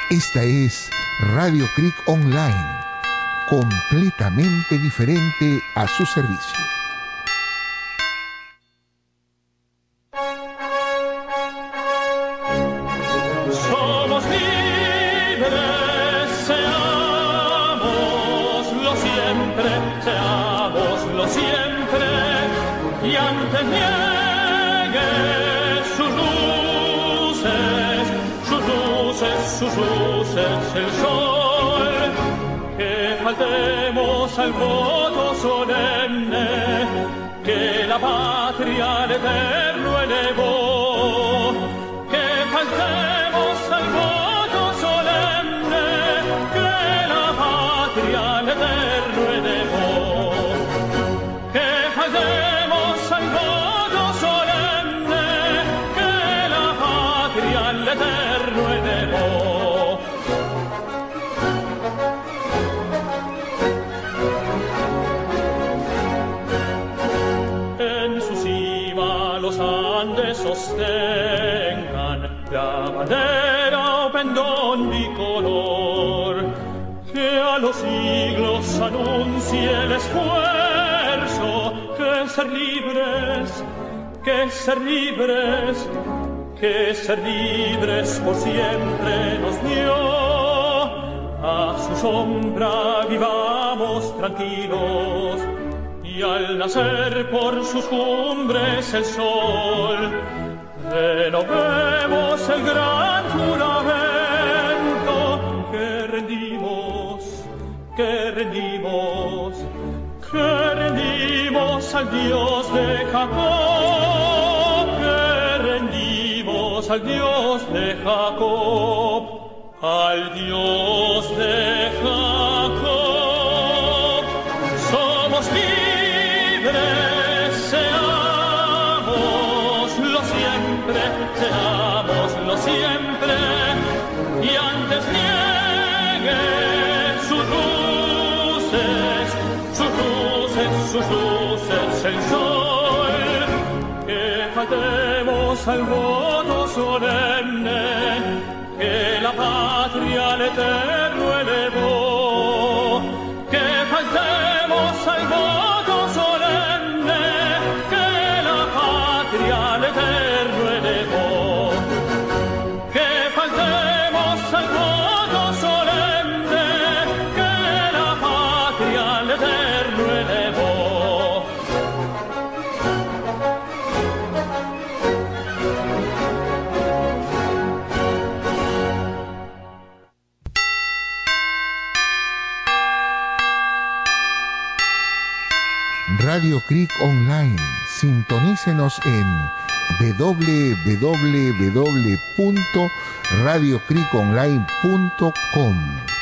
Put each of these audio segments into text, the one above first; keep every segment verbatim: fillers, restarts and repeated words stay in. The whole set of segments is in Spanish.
Esta es Radio Creek Online, completamente diferente a su servicio. Somos libres, seámoslo siempre, seámoslo siempre, y antes niegue sus luces, sus luces, sus luces el sol, que faltemos al voto solemne, que la patria al eterno elevó, que faltemos al voto solemne, que la patria al eterno elevó, que faltemos al voto solemne, que la patria al eterno elevó. En su cima los Andes sostengan la bandera o pendón bicolor, que a los siglos anuncie el esfuerzo, que ser libres, que ser libres, que ser libres por siempre nos dio. A su sombra vivamos tranquilos, y al nacer por sus cumbres el sol, renovemos el gran juramento que rendimos, que rendimos, que rendimos al Dios de Jacob, que rendimos al Dios de Jacob, al Dios de Jacob. Somos libres, seámoslo siempre, seámoslo siempre, y antes niegue sus luces, sus luces, sus luces el sol, que faltemos al voto solemne, que la patria al eterno elevó, que faltemos al voto solemne, que la patria al eterno elevó, que faltemos al voto solemne, que la patria al eterno elevó. Radio Creek Online. Sintonícenos en w w w punto radio creek online punto com.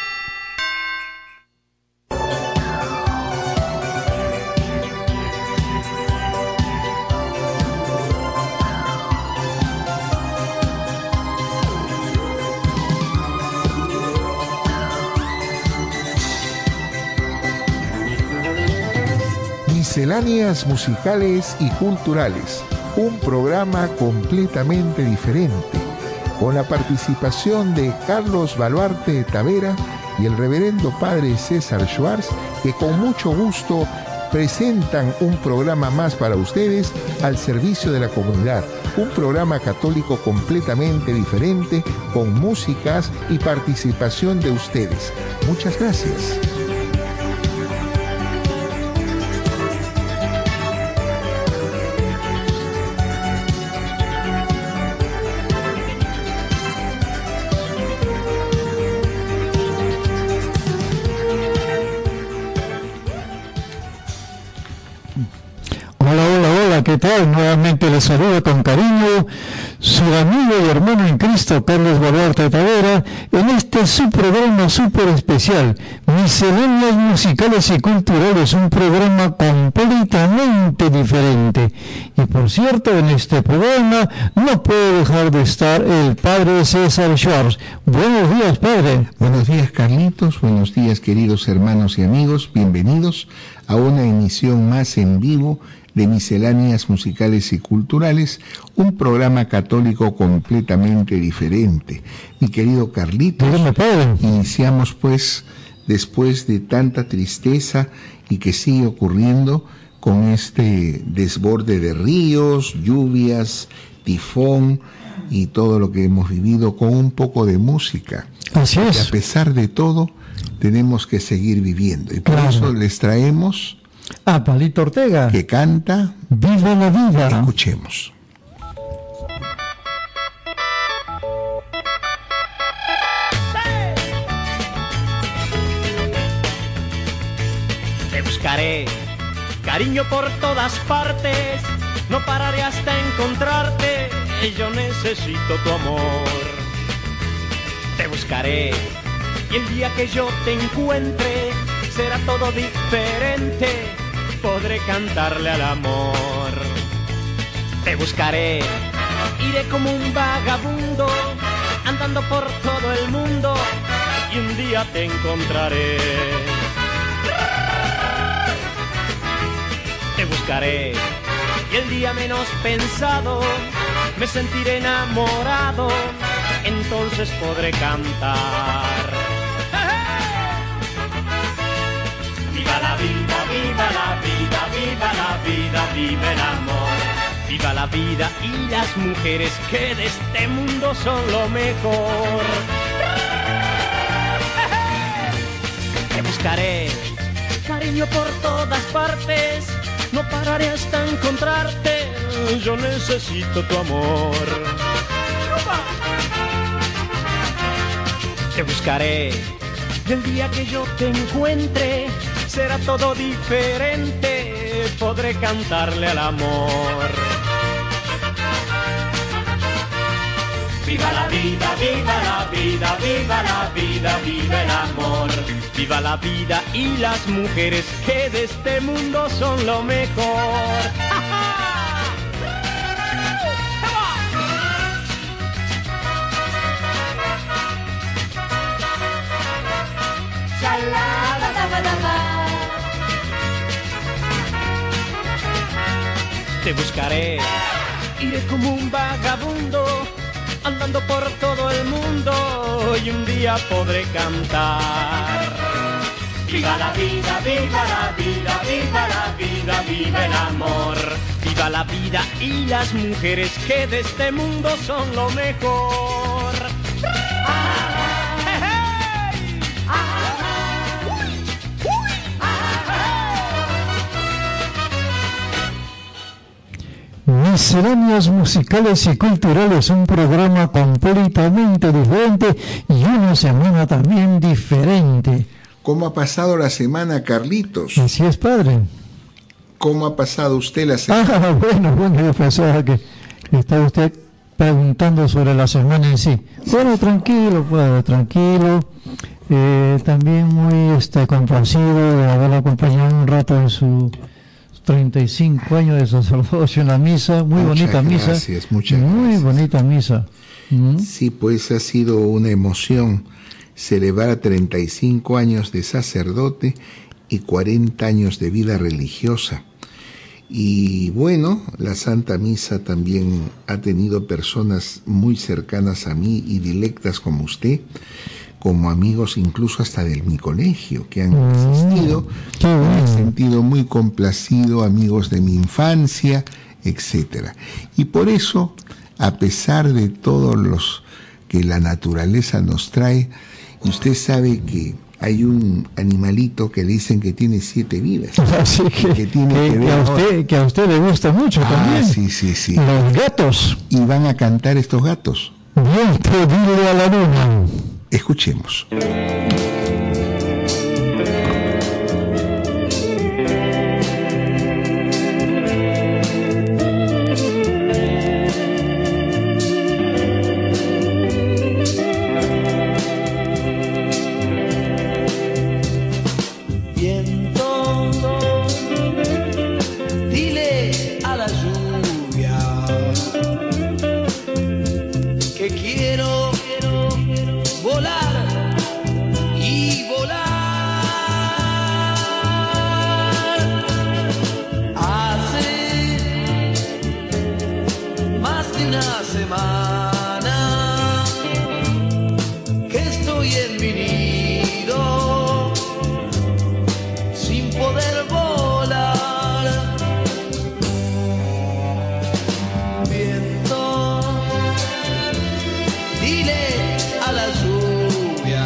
Misceláneas musicales y culturales, un programa completamente diferente, con la participación de Carlos Baluarte Tavera y el reverendo padre César Schwartz, que con mucho gusto presentan un programa más para ustedes al servicio de la comunidad, un programa católico completamente diferente, con músicas y participación de ustedes. Muchas gracias. ¿Qué tal? Nuevamente les saluda con cariño su amigo y hermano en Cristo, Carlos Baluarte Tavera, en este su programa súper especial, Misceláneas Musicales y Culturales, un programa completamente diferente. Y por cierto, en este programa no puede dejar de estar el padre César Schwartz. Buenos días, padre. Buenos días, Carlitos. Buenos días, queridos hermanos y amigos. Bienvenidos a una emisión más en vivo de Misceláneas Musicales y Culturales, un programa católico completamente diferente. Mi querido Carlitos, iniciamos pues, después de tanta tristeza y que sigue ocurriendo, con este desborde de ríos, lluvias, tifón y todo lo que hemos vivido, con un poco de música. Así es. Y a pesar de todo, tenemos que seguir viviendo. Y por claro. eso les traemos a Palito Ortega, que canta Viva la Vida. Escuchemos. Te buscaré, cariño, por todas partes, no pararé hasta encontrarte, yo necesito tu amor. Te buscaré y el día que yo te encuentre será todo diferente, podré cantarle al amor. Te buscaré, iré como un vagabundo, andando por todo el mundo, y un día te encontraré. Te buscaré y el día menos pensado me sentiré enamorado, entonces podré cantar. Viva la vida, viva la vida, viva la vida, viva el amor. Viva la vida y las mujeres que de este mundo son lo mejor. Te buscaré, cariño, por todas partes, no pararé hasta encontrarte, yo necesito tu amor. Te buscaré y el día que yo te encuentre será todo diferente, podré cantarle al amor. Viva la vida, viva la vida, viva la vida, viva el amor. Viva la vida y las mujeres que de este mundo son lo mejor. Te buscaré, iré como un vagabundo, andando por todo el mundo, y un día podré cantar. Viva la vida, viva la vida, viva la vida, viva el amor. Viva la vida y las mujeres que de este mundo son lo mejor. Misceláneas Musicales y Culturales, un programa completamente diferente y una semana también diferente. ¿Cómo ha pasado la semana, Carlitos? Así es, padre. ¿Cómo ha pasado usted la semana? Ah, bueno, bueno, yo pensaba que estaba usted preguntando sobre la semana en sí. Bueno, tranquilo, padre, tranquilo. Eh, también muy este, complacido de haberlo acompañado un rato en su treinta y cinco años de sacerdocio en la misa, muy muchas bonita misa, gracias, muchas muy gracias. bonita misa. ¿Mm? Sí, pues ha sido una emoción celebrar treinta y cinco años de sacerdote y cuarenta años de vida religiosa. Y bueno, la Santa Misa también ha tenido personas muy cercanas a mí y directas como usted, como amigos incluso hasta de mi colegio, que han asistido, mm, me he sentido muy complacido, amigos de mi infancia, etcétera. Y por eso, a pesar de todos los que la naturaleza nos trae, y usted sabe que hay un animalito que le dicen que tiene siete vidas. Así que, que, tiene que, que, que, a usted, que a usted le gusta mucho ah, también. Sí, sí, sí. Los gatos. Y van a cantar estos gatos. Viento, dile a la luna. Escuchemos. Quiero volar Hace una semana que estoy en mi nido sin poder volar. Viento, dile a la lluvia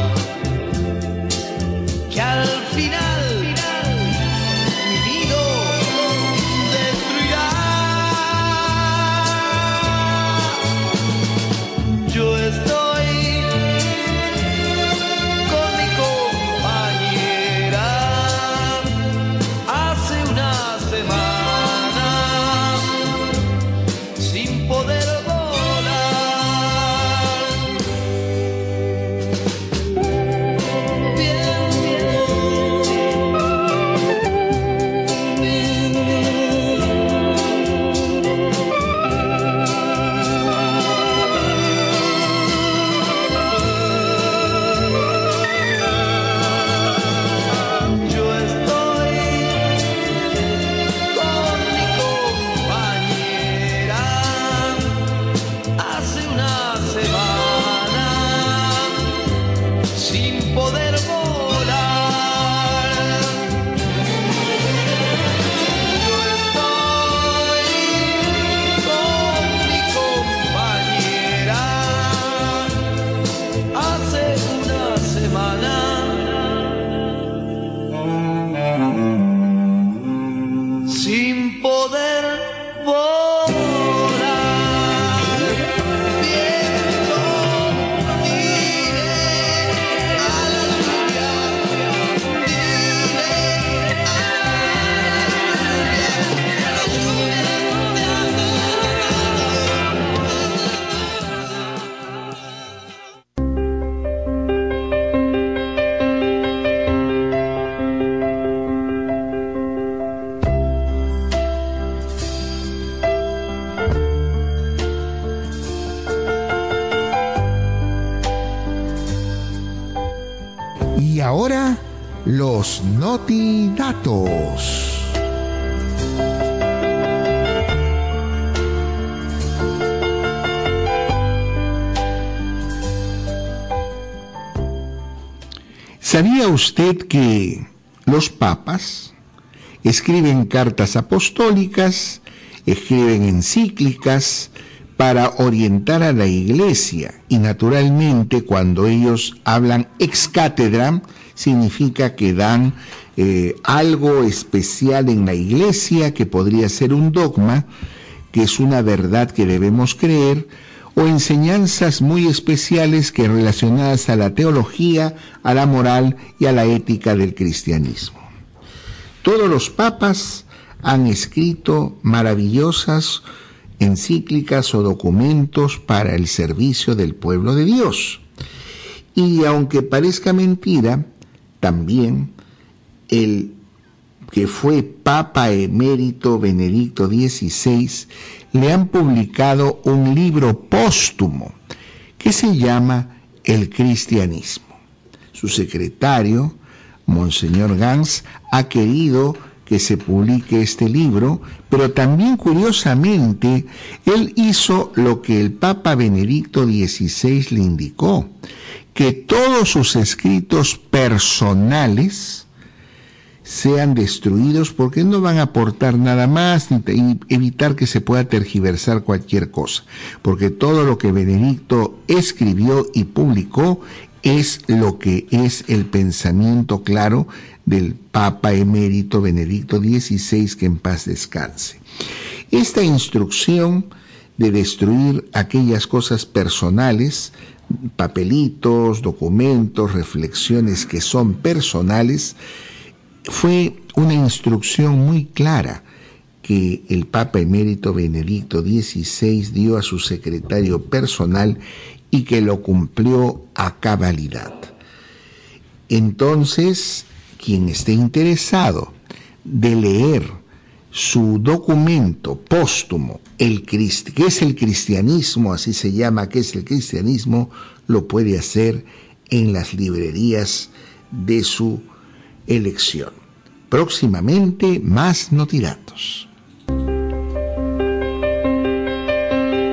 que al final mi nido destruirá. Yo estoy con mi compañera hace una semana sin poder volar. Yo estoy con mi compañera hace una semana sin poder volar. Yo estoy con mi compañera hace una semana sin poder volar. Viento, dile a la lluvia, dile a la lluvia, Y ahora, los notidatos. ¿Sabía usted que los papas escriben cartas apostólicas, escriben encíclicas para orientar a la Iglesia? Y naturalmente, cuando ellos hablan ex cátedra, significa que dan eh, algo especial en la Iglesia, que podría ser un dogma, que es una verdad que debemos creer, o enseñanzas muy especiales que relacionadas a la teología, a la moral y a la ética del cristianismo. Todos los papas han escrito maravillosas encíclicas o documentos para el servicio del pueblo de Dios. Y aunque parezca mentira, también el que fue Papa Emérito Benedicto dieciséis le han publicado un libro póstumo que se llama El Cristianismo. Su secretario, Monseñor Gans, ha querido que se publique este libro, pero también curiosamente él hizo lo que el Papa Benedicto dieciséis le indicó, que todos sus escritos personales sean destruidos porque no van a aportar nada más y evitar que se pueda tergiversar cualquier cosa, porque todo lo que Benedicto escribió y publicó es lo que es el pensamiento claro del Papa Emérito Benedicto dieciséis, que en paz descanse. Esta instrucción de destruir aquellas cosas personales, papelitos, documentos, reflexiones que son personales, fue una instrucción muy clara que el Papa Emérito Benedicto dieciséis dio a su secretario personal y que lo cumplió a cabalidad. Entonces, quien esté interesado de leer su documento póstumo, el Crist- ¿qué es el cristianismo? Así se llama, ¿qué es el cristianismo? Lo puede hacer en las librerías de su elección. Próximamente, más notidatos.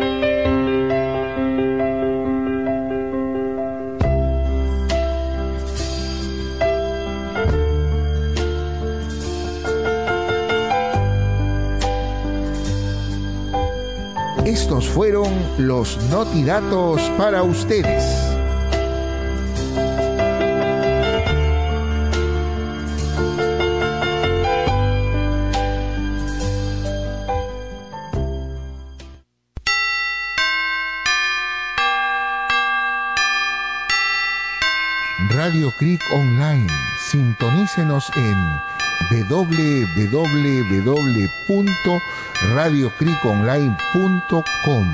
Estos fueron los notidatos para ustedes. Radio Creek Online. Sintonícenos en doble u doble u doble u punto radio creek online punto com.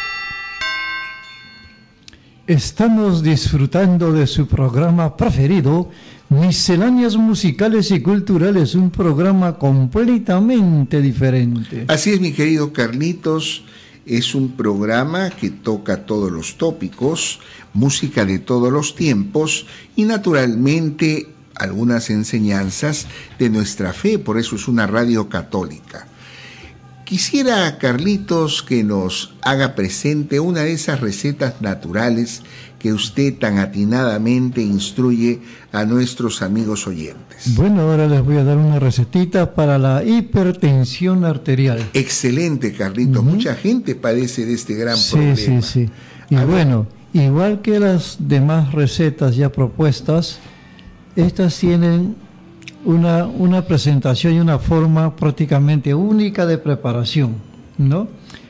Estamos disfrutando de su programa preferido, Misceláneas Musicales y Culturales, un programa completamente diferente. Así es, mi querido Carlitos. Es un programa que toca todos los tópicos, música de todos los tiempos y naturalmente algunas enseñanzas de nuestra fe, por eso es una radio católica. Quisiera, Carlitos, que nos haga presente una de esas recetas naturales que usted tan atinadamente instruye a nuestros amigos oyentes. Bueno, ahora les voy a dar una recetita para la hipertensión arterial. Excelente, Carlitos. Uh-huh. Mucha gente padece de este gran sí, problema. Sí, sí, sí. Y a bueno, ver. Igual que las demás recetas ya propuestas, estas tienen una, una presentación y una forma prácticamente única de preparación, ¿no?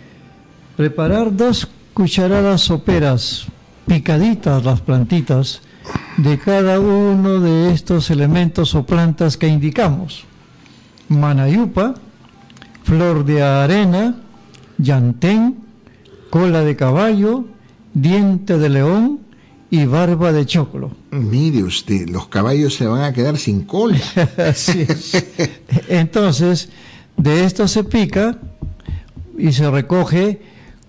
Preparar dos cucharadas soperas, picaditas las plantitas, de cada uno de estos elementos o plantas que indicamos: manayupa, flor de arena, llantén, cola de caballo, diente de león y barba de choclo. Mire usted, los caballos se van a quedar sin cola. Así es. Entonces, de esto se pica y se recoge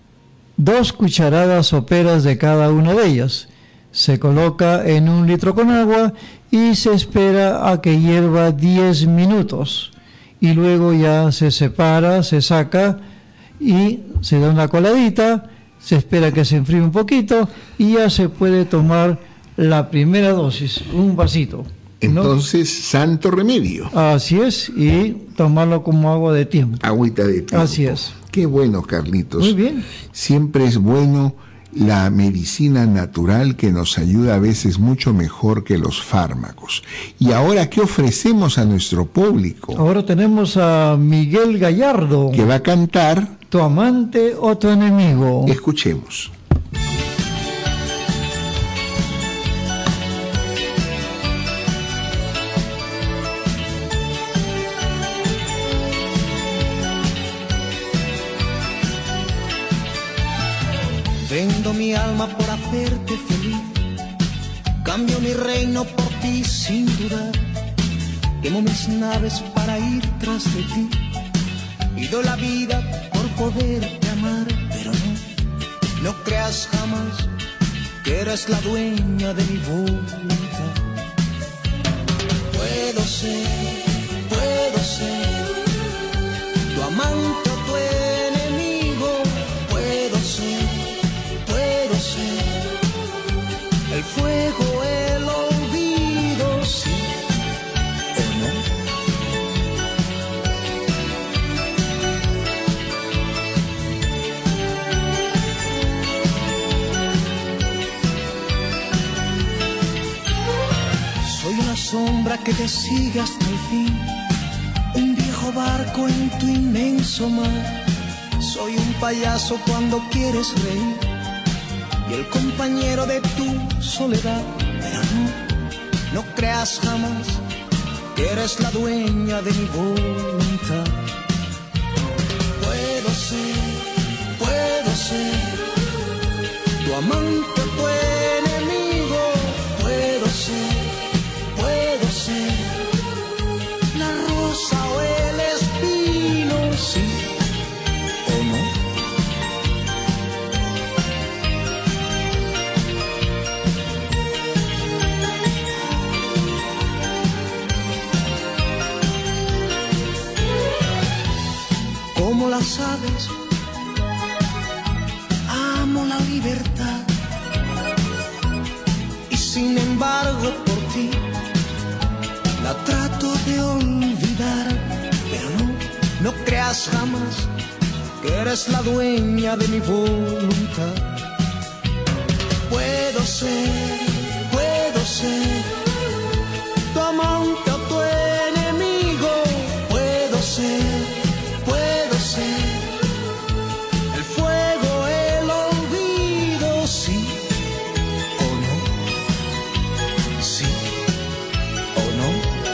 dos cucharadas soperas de cada una de ellas. Se coloca en un litro con agua y se espera a que hierva diez minutos. Y luego ya se separa, se saca y se da una coladita, se espera que se enfríe un poquito y ya se puede tomar la primera dosis, un vasito, ¿no? Entonces, santo remedio. Así es, y tomarlo como agua de tiempo. Agüita de tiempo. Así es. Qué bueno, Carlitos. Muy bien. Siempre es bueno la medicina natural, que nos ayuda a veces mucho mejor que los fármacos. Y ahora, ¿qué ofrecemos a nuestro público? Ahora tenemos a Miguel Gallardo, que va a cantar Tu amante o tu enemigo. Escuchemos. Vendo mi alma por hacerte feliz, cambio mi reino por ti sin dudar, quemo mis naves para ir tras de ti y doy la vida por poderte amar, pero no, no creas jamás que eres la dueña de mi voluntad. Puedo ser, puedo ser tu amante o tu enemigo, puedo ser, puedo ser el fuego, el olvido, sí o no. Soy una sombra que te sigue hasta el fin, un viejo barco en tu inmenso mar. Soy un payaso cuando quieres reír y el compañero de tu soledad, pero no, no creas jamás que eres la dueña de mi voluntad. Puedo ser, puedo ser tu amante, tu enemigo, puedo ser, puedo ser la rosa o el espino, sí o no. Como las aves, amo la libertad y sin embargo por ti la trato de olvidar, pero no, no creas jamás que eres la dueña de mi voluntad. Puedo ser, puedo ser tu amante o tu enemigo. Puedo ser, puedo ser el fuego, el olvido, sí o no, sí o no.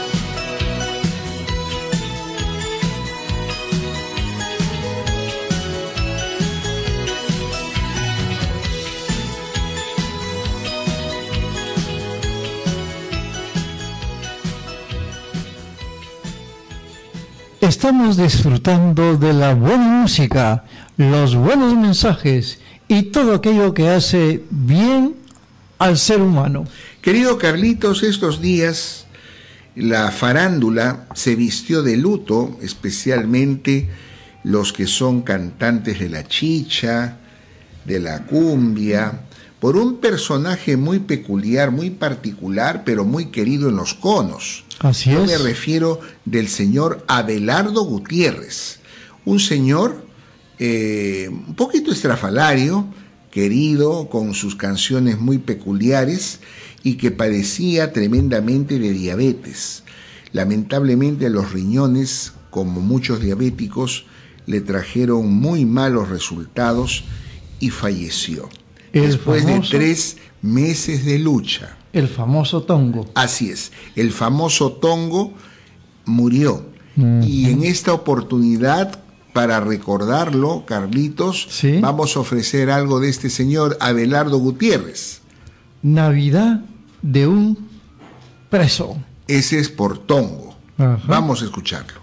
Estamos disfrutando de la buena música, los buenos mensajes y todo aquello que hace bien al ser humano. Querido Carlitos, estos días la farándula se vistió de luto, especialmente los que son cantantes de la chicha, de la cumbia, por un personaje muy peculiar, muy particular, pero muy querido en los conos. Así Yo es. me refiero del señor Abelardo Gutiérrez, un señor eh, un poquito estrafalario, querido, con sus canciones muy peculiares y que padecía tremendamente de diabetes. Lamentablemente los riñones, como muchos diabéticos, le trajeron muy malos resultados y falleció. El Después famoso- de tres meses de lucha. El famoso tongo. Así es, el famoso Tongo murió. Mm. Y en esta oportunidad, para recordarlo, Carlitos, Sí. vamos a ofrecer algo de este señor Abelardo Gutiérrez. Navidad de un preso. Ese es por Tongo. Ajá. Vamos a escucharlo.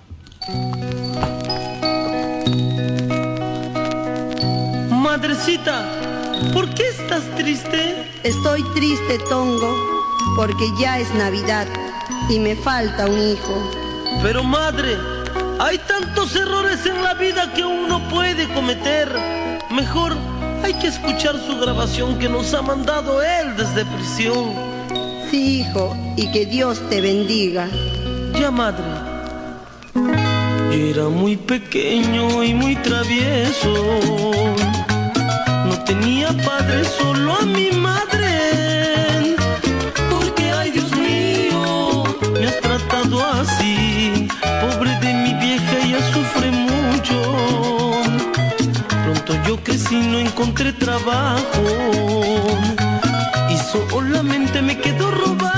Madrecita, ¿por qué estás triste? Estoy triste, Tongo, porque ya es Navidad y me falta un hijo. Pero madre, hay tantos errores en la vida que uno puede cometer. Mejor hay que escuchar su grabación que nos ha mandado él desde prisión. Sí, hijo, y que Dios te bendiga. Ya, madre. Yo era muy pequeño y muy travieso. No tenía padre, solo a mi madre. Porque, ay Dios mío, me has tratado así. Pobre de mi vieja, ella sufre mucho. Pronto yo crecí, no encontré trabajo y solamente me quedó robar.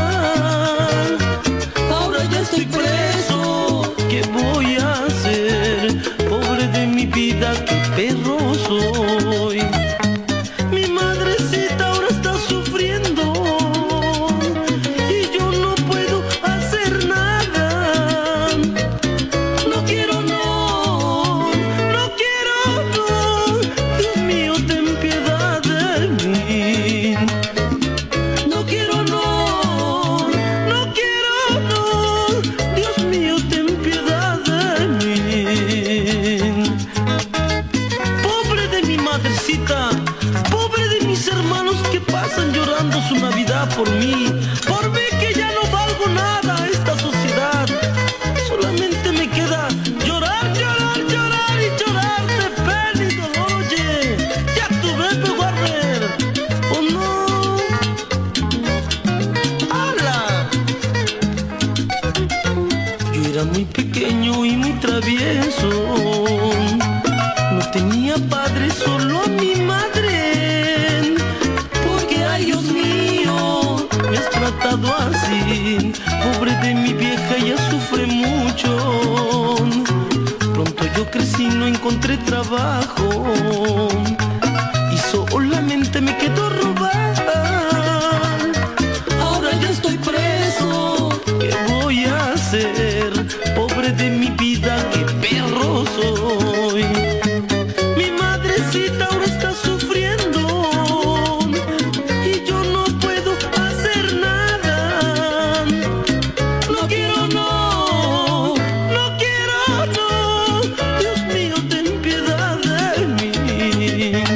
Ahora ya estoy preso, ¿qué voy a hacer? Pobre de mi vida, qué perro soy. Mi madrecita ahora está sufriendo y yo no puedo hacer nada. No quiero, no, no quiero, no. Dios mío, ten piedad de mí. No quiero, no, no quiero, no. Dios mío, ten piedad de mí. Pobre de mi madrecita, pobre de mis hermanos que pasan llorando su Navidad por mí. Por mí que ya no valgo nada a esta sociedad. Solamente me queda llorar, llorar, llorar y llorar de pena y dolor. Oye, ya tuve que guardar, ¿o no? ¡Hala! Yo era muy pequeño y muy travieso. No tenía padre, solo a mi madre. Porque, ay Dios mío, me has tratado así. Pobre de mi vieja, ella sufre mucho. Pronto yo crecí, no encontré trabajo y solamente me quedó robar. Ahora ya estoy preso, ¿qué voy a hacer? Pobre de mi vida, qué perro soy. Mi madrecita ahora está sufriendo y yo no puedo hacer nada. No quiero, no, no quiero, no. Dios mío, ten piedad de mí.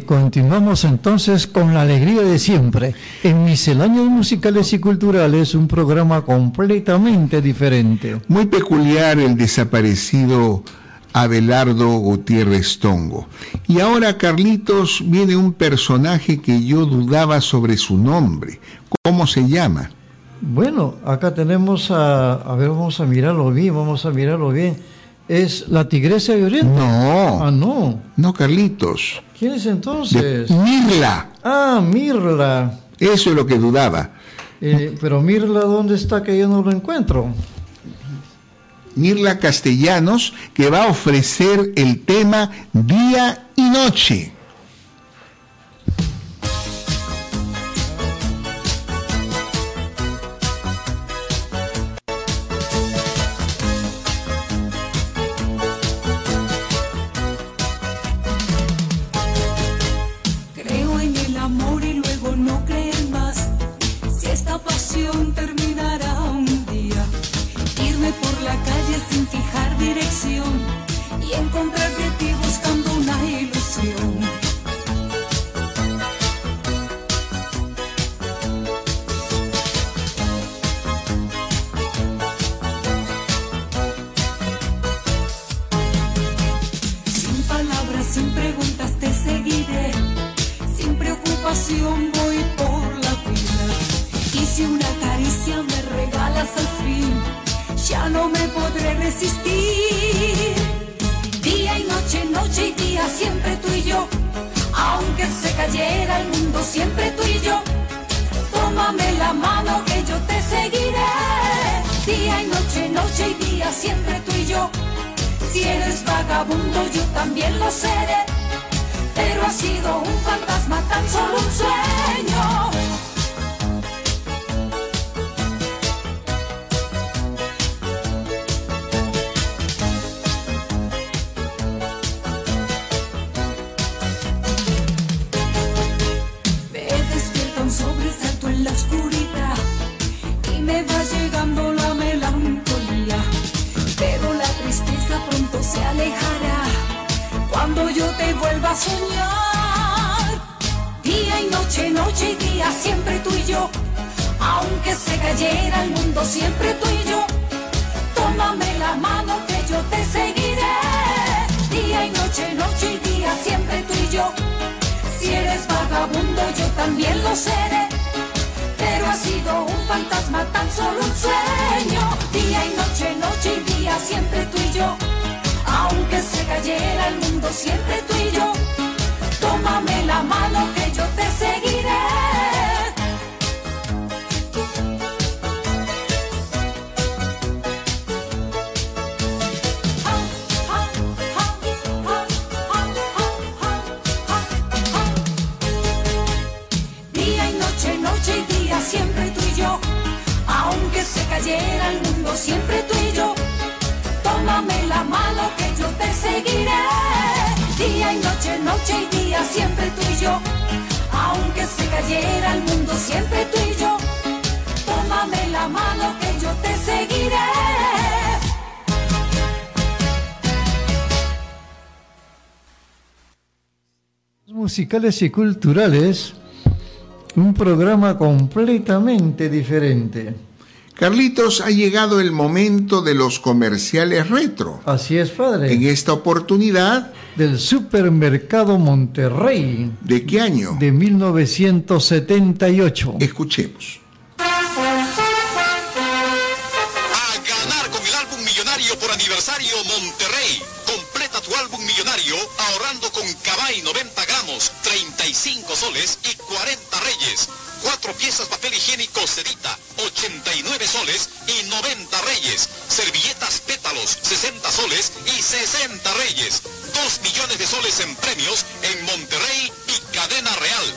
continuamos entonces con la alegría de siempre. En Misceláneos Musicales y Culturales, un programa completamente diferente. Muy peculiar el desaparecido Abelardo Gutiérrez Tongo. Y ahora, Carlitos, viene un personaje que yo dudaba sobre su nombre. ¿Cómo se llama? Bueno, acá tenemos a... A ver, vamos a mirarlo bien, vamos a mirarlo bien. ¿Es la Tigresa de Oriente? No. Ah, no. No, Carlitos. ¿Quién es entonces? De Mirla. Ah, Mirla. Eso es lo que dudaba. Eh, pero Mirla, ¿dónde está que yo no lo encuentro? Mirla Castellanos, que va a ofrecer el tema Día y Noche. Creo en el amor y luego no creer más. Si esta pasión terminará un día, irme por la calle sin fijar dirección y encontrar de ti buscando una ilusión. Sin palabras, sin preguntas te seguiré, sin preocupación voy por la vida. Y si una caricia me regalas al fin, ya no me podré resistir. Día y noche, noche y día, siempre tú y yo. Aunque se cayera el mundo, siempre tú y yo. Tómame la mano que yo te seguiré. Día y noche, noche y día, siempre tú y yo. Si eres vagabundo, yo también lo seré. Pero ha sido un fantasma, tan solo un sueño. Me despierta un sobresalto en la oscuridad y me va llegando la melancolía. Pero la tristeza pronto se alejará cuando yo te vuelva a soñar. Día y noche, noche y día, siempre tú y yo. Aunque se cayera el mundo, siempre tú y yo. Tómame la mano que yo te seguiré. Día y noche, noche y día, siempre tú y yo. Si eres vagabundo, yo también lo seré. Pero ha sido un fantasma, tan solo un sueño. Día y noche, noche y día, siempre tú y yo. Aunque se cayera el mundo, siempre tú y yo. Tómame la mano que yo te seguiré. Día y noche, noche y día, siempre tú y yo. Aunque se cayera el mundo, siempre tú y yo. Tómame la mano que yo te seguiré. Día y noche, noche y día, siempre tú y yo. Aunque se cayera el mundo, siempre tú y yo. Tómame la mano que yo te seguiré. Musicales y culturales, un programa completamente diferente. Carlitos, ha llegado el momento de los comerciales retro. Así es, padre. En esta oportunidad, Del Supermercado Monterrey. ¿de qué año? De mil novecientos setenta y ocho. Escuchemos. A ganar con el álbum millonario por aniversario Monterrey. Completa tu álbum millonario ahorrando con Cabay noventa gramos, treinta y cinco soles y cuarenta reyes. Cuatro piezas papel higiénico Sedita, ochenta y nueve soles y noventa reyes. Servilletas Pétalos, sesenta soles y sesenta reyes. Dos millones de soles en premios en Monterrey y Cadena Real.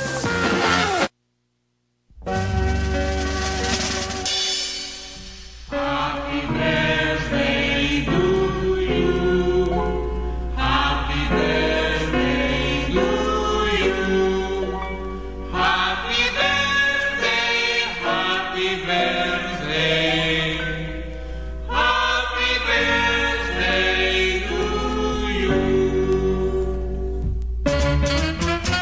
Happy birthday to you. Happy birthday to you. Happy birthday, happy birthday. Happy birthday to you.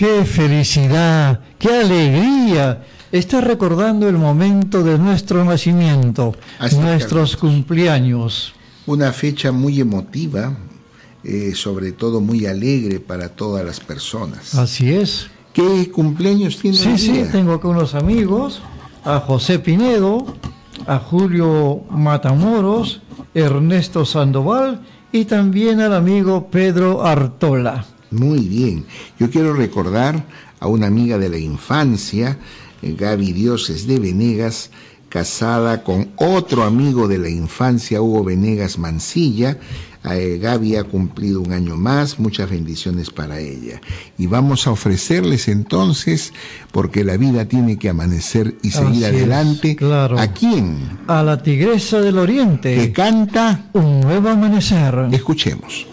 ¡Qué felicidad! ¡Qué alegría! Está recordando el momento de nuestro nacimiento, Así, nuestros Carlos. cumpleaños. Una fecha muy emotiva, eh, sobre todo muy alegre para todas las personas. Así es. ¿Qué cumpleaños tiene Sí, hoy sí, día? tengo acá unos amigos, a José Pinedo, a Julio Matamoros, Ernesto Sandoval y también al amigo Pedro Artola. Muy bien. Yo quiero recordar a una amiga de la infancia, eh, Gaby Dioses de Venegas, casada con otro amigo de la infancia, Hugo Venegas Mancilla. Eh, Gaby ha cumplido un año más, muchas bendiciones para ella. Y vamos a ofrecerles entonces, porque la vida tiene que amanecer y seguir Así adelante. es, claro. ¿A quién? A la Tigresa del Oriente. Que canta. Un nuevo amanecer. Escuchemos.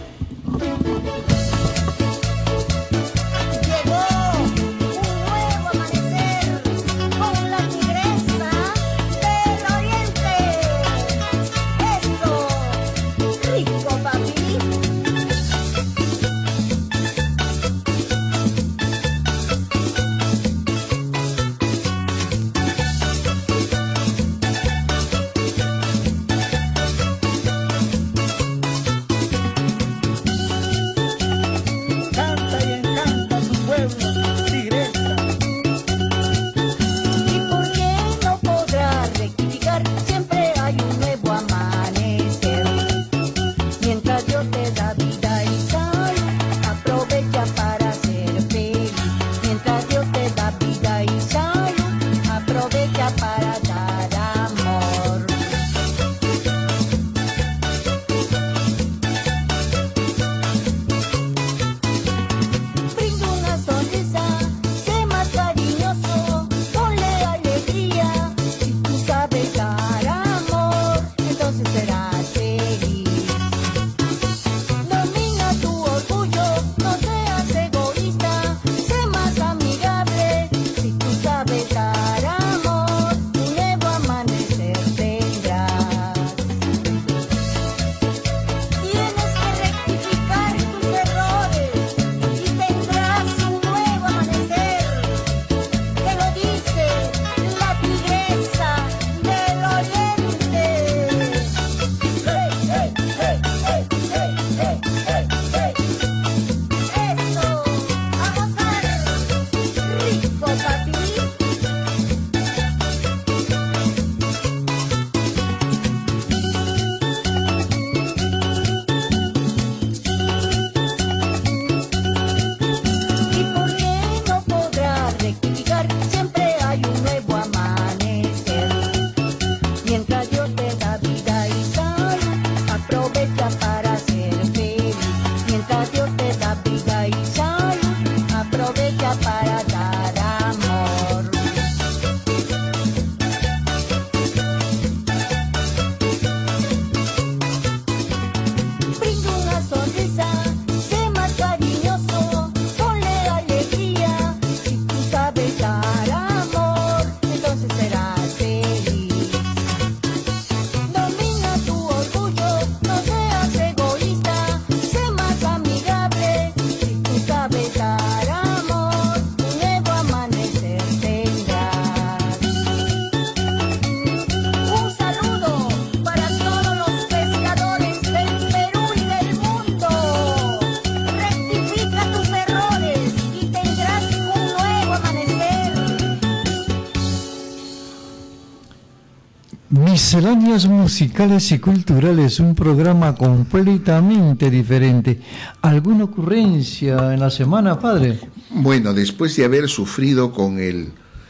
Misceláneas musicales y culturales, un programa completamente diferente. ¿Alguna ocurrencia en la semana, padre? Bueno, después de haber sufrido con el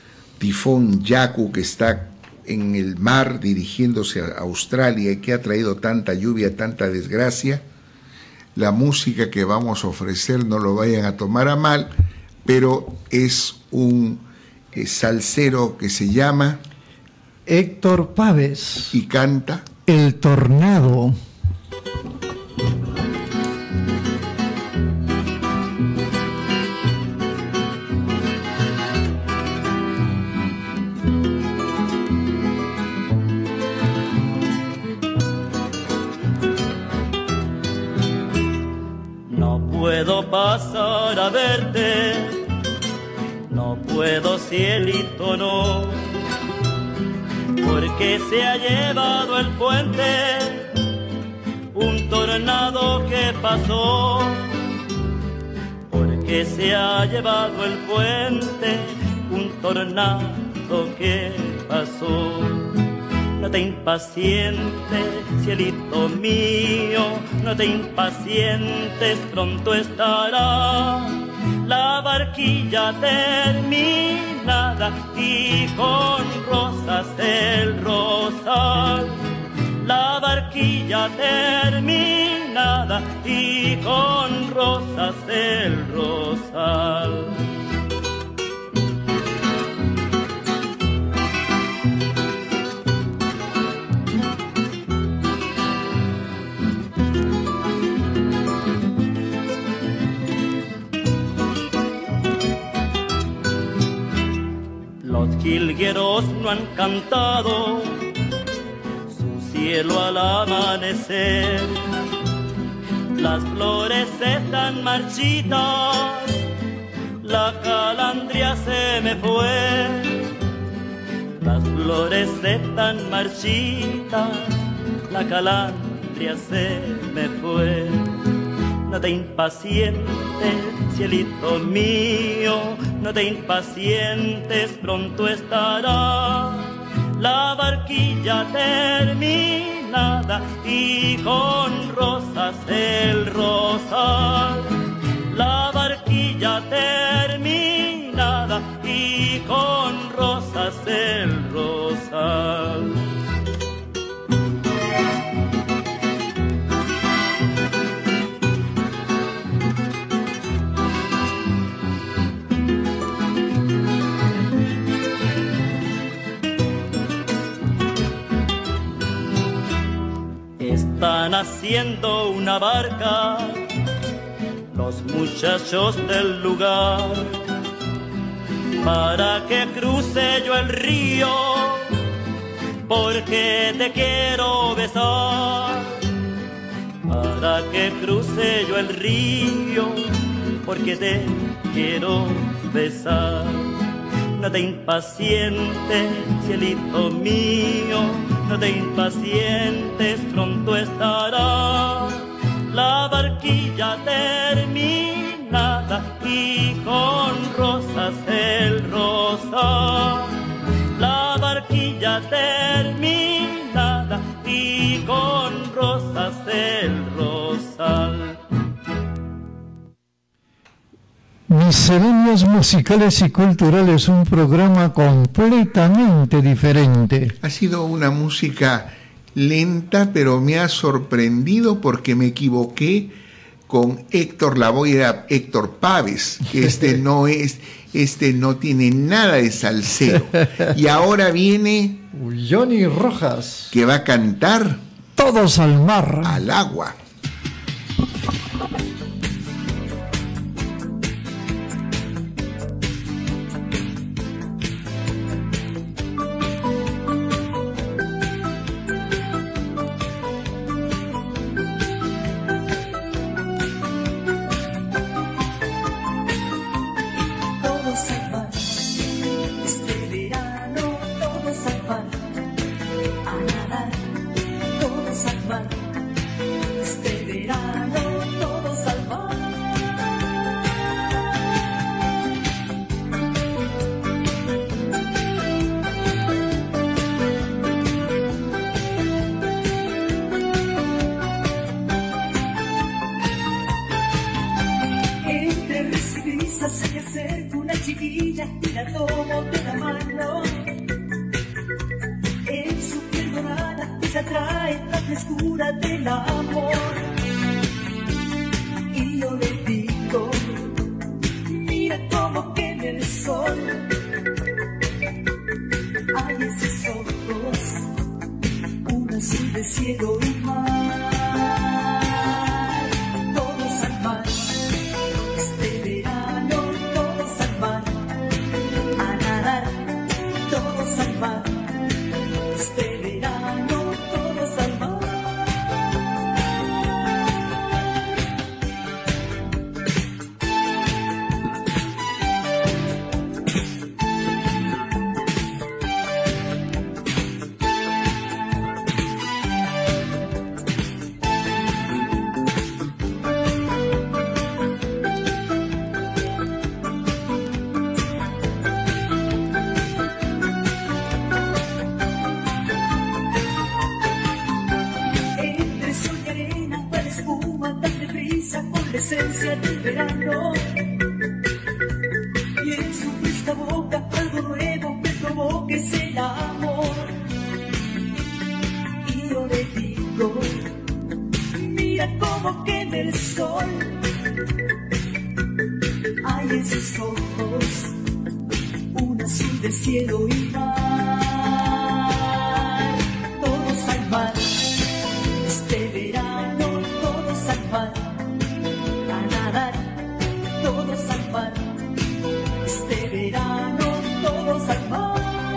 tifón Yaku, que está en el mar dirigiéndose a Australia y que ha traído tanta lluvia, tanta desgracia, la música que vamos a ofrecer, no lo vayan a tomar a mal, pero es un eh, salsero que se llama Héctor Paves y canta El Tornado. No puedo pasar a verte No puedo, cielito, no, porque se ha llevado el puente un tornado que pasó, porque se ha llevado el puente un tornado que pasó. No te impacientes, cielito mío, no te impacientes, pronto estará la barquilla terminada y con rosas el rosal. La barquilla terminada y con rosas el rosal. Los jilgueros no han cantado su cielo al amanecer. Las flores están marchitas, la calandria se me fue. Las flores están marchitas, la calandria se me fue. No te impacientes, cielito mío, no te impacientes, pronto estará la barquilla terminada y con rosas el rosal. La barquilla terminada y con rosas el rosal. Están haciendo una barca los muchachos del lugar para que cruce yo el río, porque te quiero besar. Para que cruce yo el río, porque te quiero besar. No te impacientes, cielito mío, no te impacientes, pronto estará la barquilla terminada y con rosas el rosal. La barquilla terminada y con rosas el rosal. Misceláneas musicales y culturales, un programa completamente diferente. Ha sido una música lenta, pero me ha sorprendido porque me equivoqué con Héctor Lavoe, era Héctor Paves. Este no es, este no tiene nada de salsero. Y ahora viene Johnny Rojas, que va a cantar Todos al mar. Al agua. esencia del verano. Pienso que esta boca algo nuevo me provoque ese amor. Y yo le digo, mira cómo quema el sol. Hay en sus ojos un azul de cielo y mar. Todos al mar, este verano todos al mar. A nadar, todos al mar. Este verano todos al mar.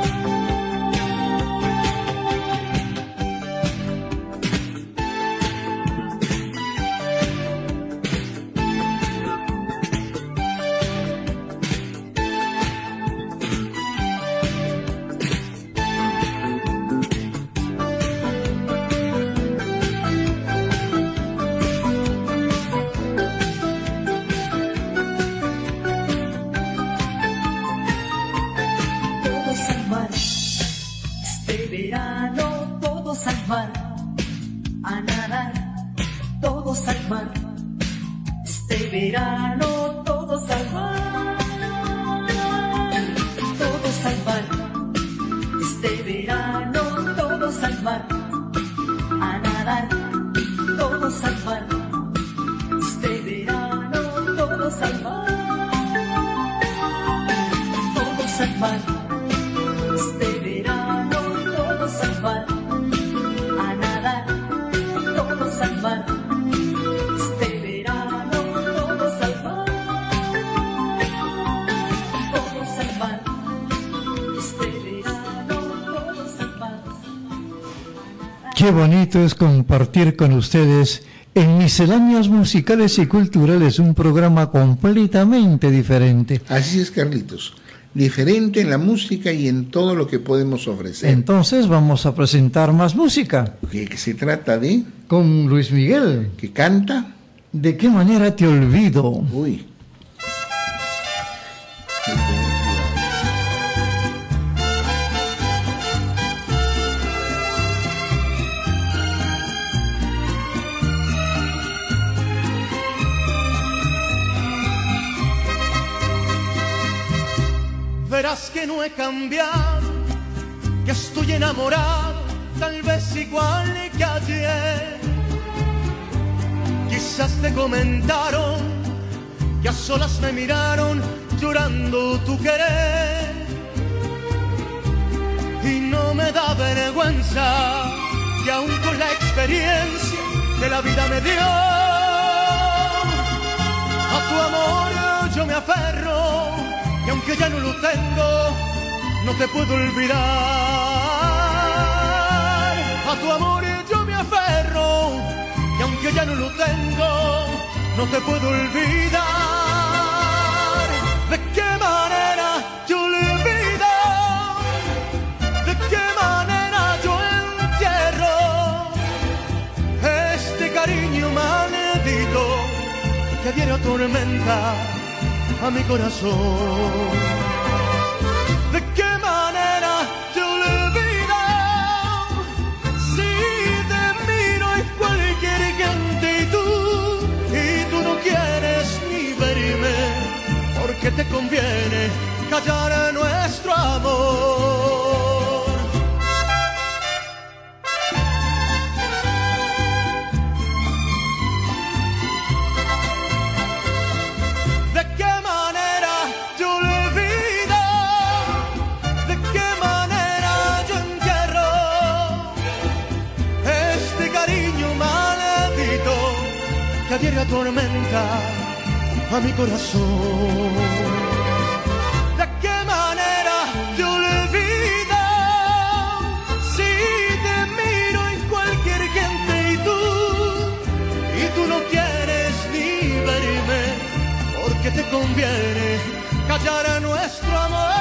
A nadar, todos al mar. Este verano todos al mar. Todos al mar. Este verano todos al mar. A nadar, todos al mar. Este verano todos al mar. Todos al mar. Este verano todos al mar. Al mar, este verano todos al mar, todos al mar, este verano todos al mar. Qué bonito es compartir con ustedes en Misceláneas Musicales y Culturales, un programa completamente diferente. Así es, Carlitos. Diferente en la música y en todo lo que podemos ofrecer. Entonces vamos a presentar más música. ¿Qué, qué se trata de? Con Luis Miguel. ¿Que canta? ¿De qué manera te olvido? Uy. Verás que no he cambiado, que estoy enamorado, tal vez igual que ayer. Quizás te comentaron que a solas me miraron llorando tu querer. Y no me da vergüenza que aún con la experiencia que la vida me dio, a tu amor yo me aferro. Y aunque ya no lo tengo, no te puedo olvidar. A tu amor yo me aferro. Y aunque ya no lo tengo, no te puedo olvidar. ¿De qué manera te olvido? ¿De qué manera yo entierro este cariño maldito que a diario atormenta a mi corazón? ¿De qué manera te olvido? Si te miro en cualquier gente y tú, y tú no quieres ni verme, porque te conviene callar nuestro amor. ¿De qué manera te olvido? ¿De qué manera yo entierro este cariño maldito que a diario atormenta a mi corazón? ¿De qué manera te olvido? Si te miro en cualquier gente y tú, y tú no quieres ni verme, porque te conviene callar a nuestro amor.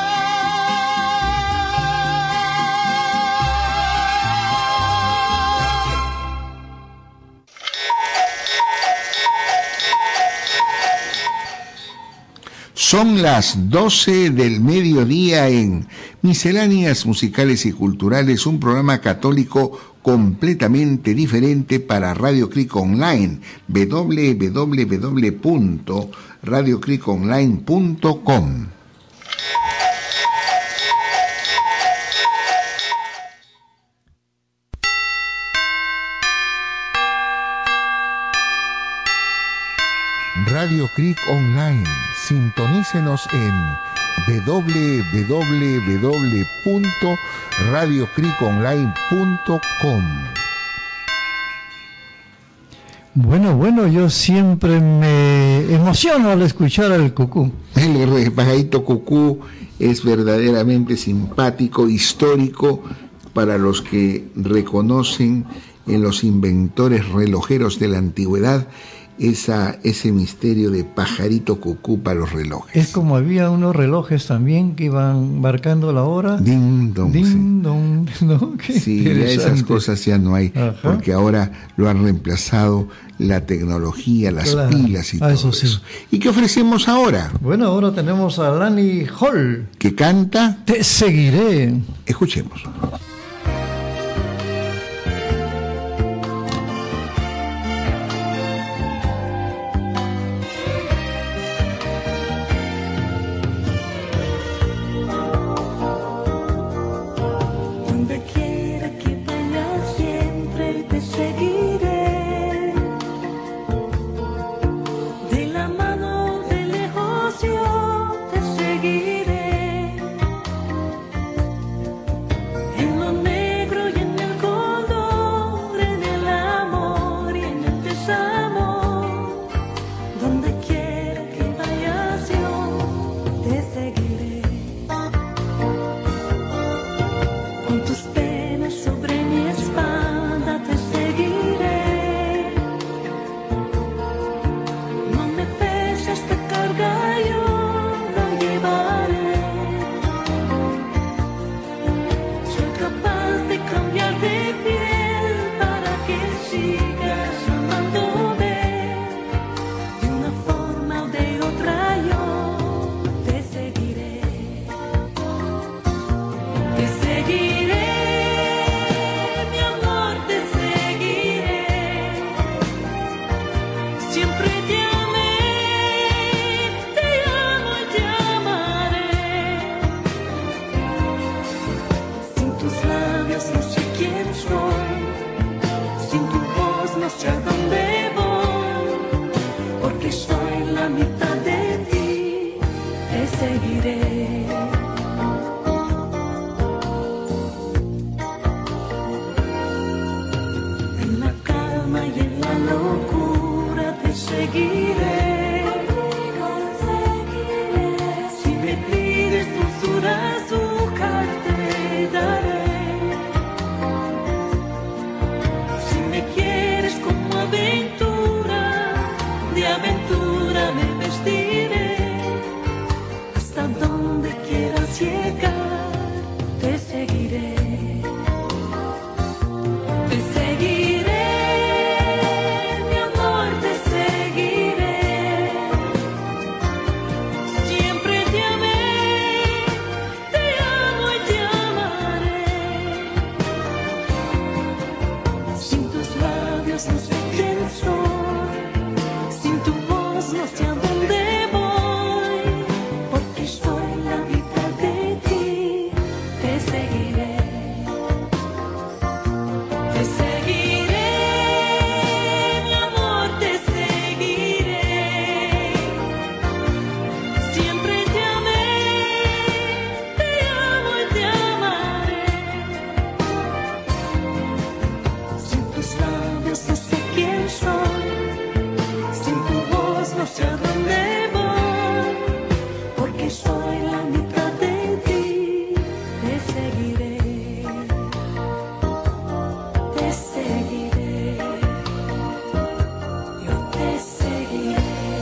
Son las doce del mediodía en Misceláneas Musicales y Culturales, un programa católico completamente diferente para Radio Creek Online, doble u doble u doble u punto radio creek online punto com. Radio Creek Online, sintonícenos en doble u doble u doble u punto radio creek online punto com. Bueno, bueno, yo siempre me emociono al escuchar al cucú. El pajarito cucú es verdaderamente simpático, histórico, para los que reconocen en los inventores relojeros de la antigüedad esa, ese misterio de pajarito cucú para los relojes. Es como había unos relojes también que iban marcando la hora. Ding dong. Ding Sí. dong, ¿no? Qué Sí, ya esas interesante. cosas ya no hay, Ajá. porque ahora lo han reemplazado la tecnología, las Claro. pilas y Ah, todo eso eso. sí. ¿Y qué ofrecemos ahora? Bueno, ahora tenemos a Lani Hall. Que canta, Te seguiré. escuchemos. Donde quiera que vayas siempre te seguiré. De la mano de lejos yo te seguiré. En lo negro y en el color, en el amor y en el desamor. Donde quiera que vayas yo te seguiré. Con tus penas sobre mi espalda te seguiré. No me pesa esta carga, yo la llevaré. Soy capaz de cambiar de piel para que sigas amándome. De una forma o de otra yo te seguiré. Te seguiré, mi amor, te seguiré. Siempre te amé, te amo y te amaré. Sin tus labios no sé quién soy, sin tu voz no sé a dónde voy, porque soy la mitad de ti, te seguiré. En la calma y en la locura te seguiré. Si me pides dulzura, azúcar te daré. Si me quieres como aventura, de aventura me vestiré. Hasta donde quieras llegar, te seguiré. Te seguiré, mi amor, te seguiré. Siempre te amé, te amo y te amaré. Sin tus labios no sé quién soy, sin tu voz no sé a dónde voy, porque soy la mitad de ti, te seguiré. Te seguiré, mi amor, te seguiré. Siempre te amé, te amo y te amaré. Sin tus labios no sé quién soy, sin tu voz no sé a dónde voy, porque soy la mitad de ti, te seguiré. Te seguiré, yo te seguiré.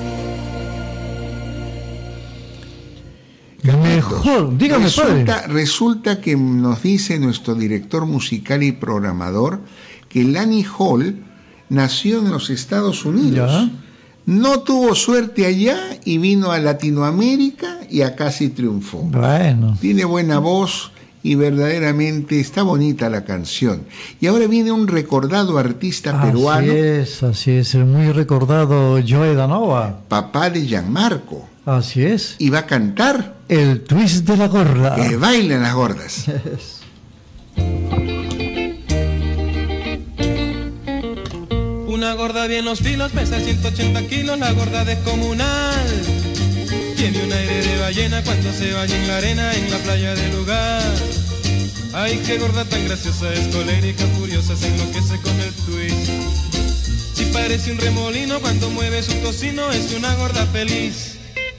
Mejor, dígame, resulta, padre. resulta que nos dice nuestro director musical y programador que Lani Hall nació en los Estados Unidos. Ya. No tuvo suerte allá y vino a Latinoamérica y acá sí triunfó. Bueno, Tiene buena voz y verdaderamente está bonita la canción. Y ahora viene un recordado artista peruano. Así es, así es, el muy recordado Joe Danova. Papá de Gianmarco. Así es. Y va a cantar el twist de la gorda. Que bailen las gordas. Una gorda bien los filos, pesa ciento ochenta kilos, la gorda descomunal. Tiene un aire de ballena cuando se baña en la arena en la playa del lugar. Ay, qué gorda tan graciosa, es colérica, furiosa, se enloquece con el twist. Si parece un remolino cuando mueve su tocino, es una gorda feliz.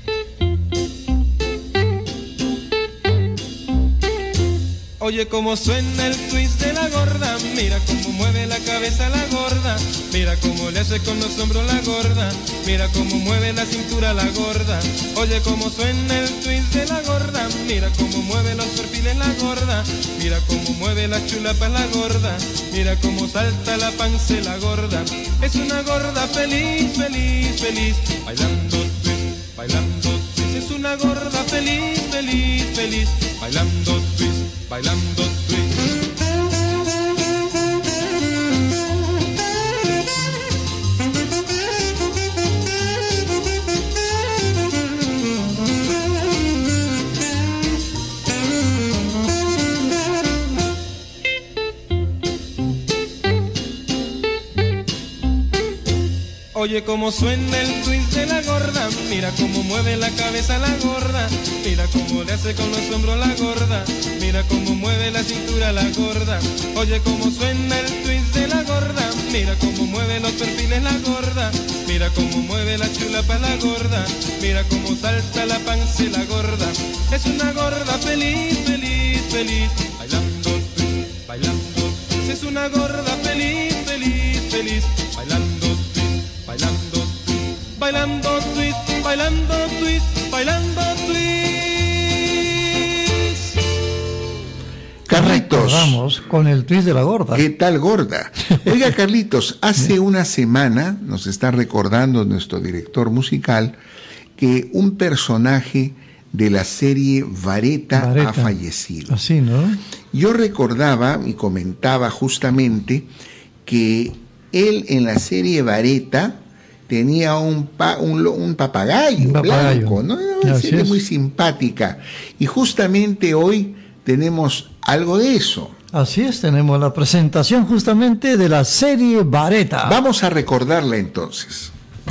Oye cómo suena el twist de la gorda, mira cómo mueve la cabeza la gorda, mira cómo le hace con los hombros la gorda, mira cómo mueve la cintura la gorda. Oye cómo suena el twist de la gorda, mira cómo mueve los perfiles la gorda, mira cómo mueve las chulapas la gorda, mira cómo salta la panza la gorda. Es una gorda feliz, feliz, feliz, bailando twist, bailando twist. Es una gorda feliz, feliz, feliz, bailando twist, bailando twist. Oye cómo suena el twist de la gorda, mira cómo mueve la cabeza la gorda, mira cómo le hace con los hombros la gorda, mira cómo mueve la cintura la gorda. Oye cómo suena el twist de la gorda, mira cómo mueve los perfiles la gorda, mira cómo mueve la chulapa la gorda, mira cómo salta la panza la gorda. Es una gorda feliz, feliz, feliz, bailando twist, bailando twist. Es una gorda feliz, feliz, feliz, bailando twist, bailando twist, bailando twist, bailando twist, bailando twist. Carlitos. Vamos con el twist de la gorda. ¿Qué tal gorda? Oiga, Carlitos, hace una semana nos está recordando nuestro director musical que un personaje de la serie Vareta, Vareta. ha fallecido. Así, ¿no? Yo recordaba y comentaba justamente que él en la serie Vareta tenía un, pa, un, un papagayo, un papagayo blanco, ¿no? Una Así serie es. muy simpática. Y justamente hoy tenemos algo de eso. Así es, tenemos la presentación justamente de la serie Vareta. Vamos a recordarla entonces.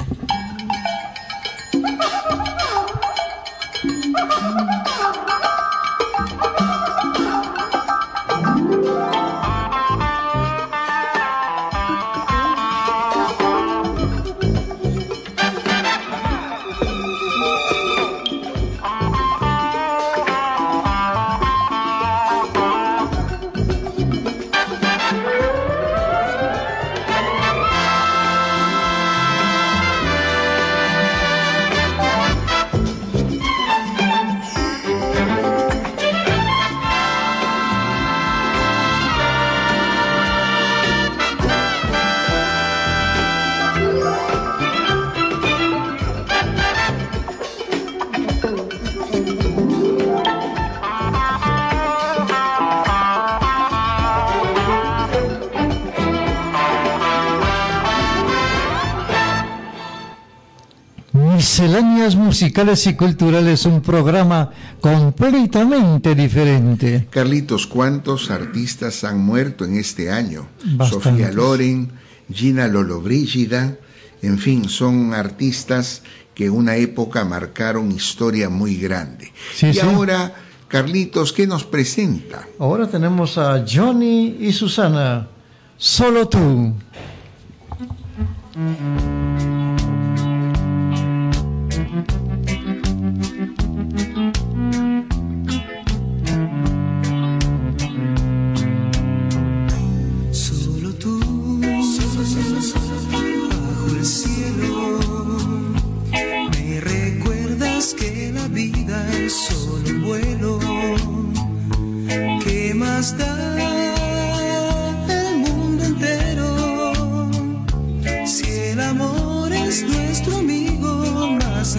Misceláneas musicales y culturales, un programa completamente diferente. Carlitos, ¿cuántos artistas han muerto en este año? Bastantes. Sofía Loren, Gina Lollobrigida, en fin, son artistas que en una época marcaron historia muy grande. Sí, y sí. ahora, Carlitos, ¿qué nos presenta? Ahora tenemos a Johnny y Susana, Solo tú.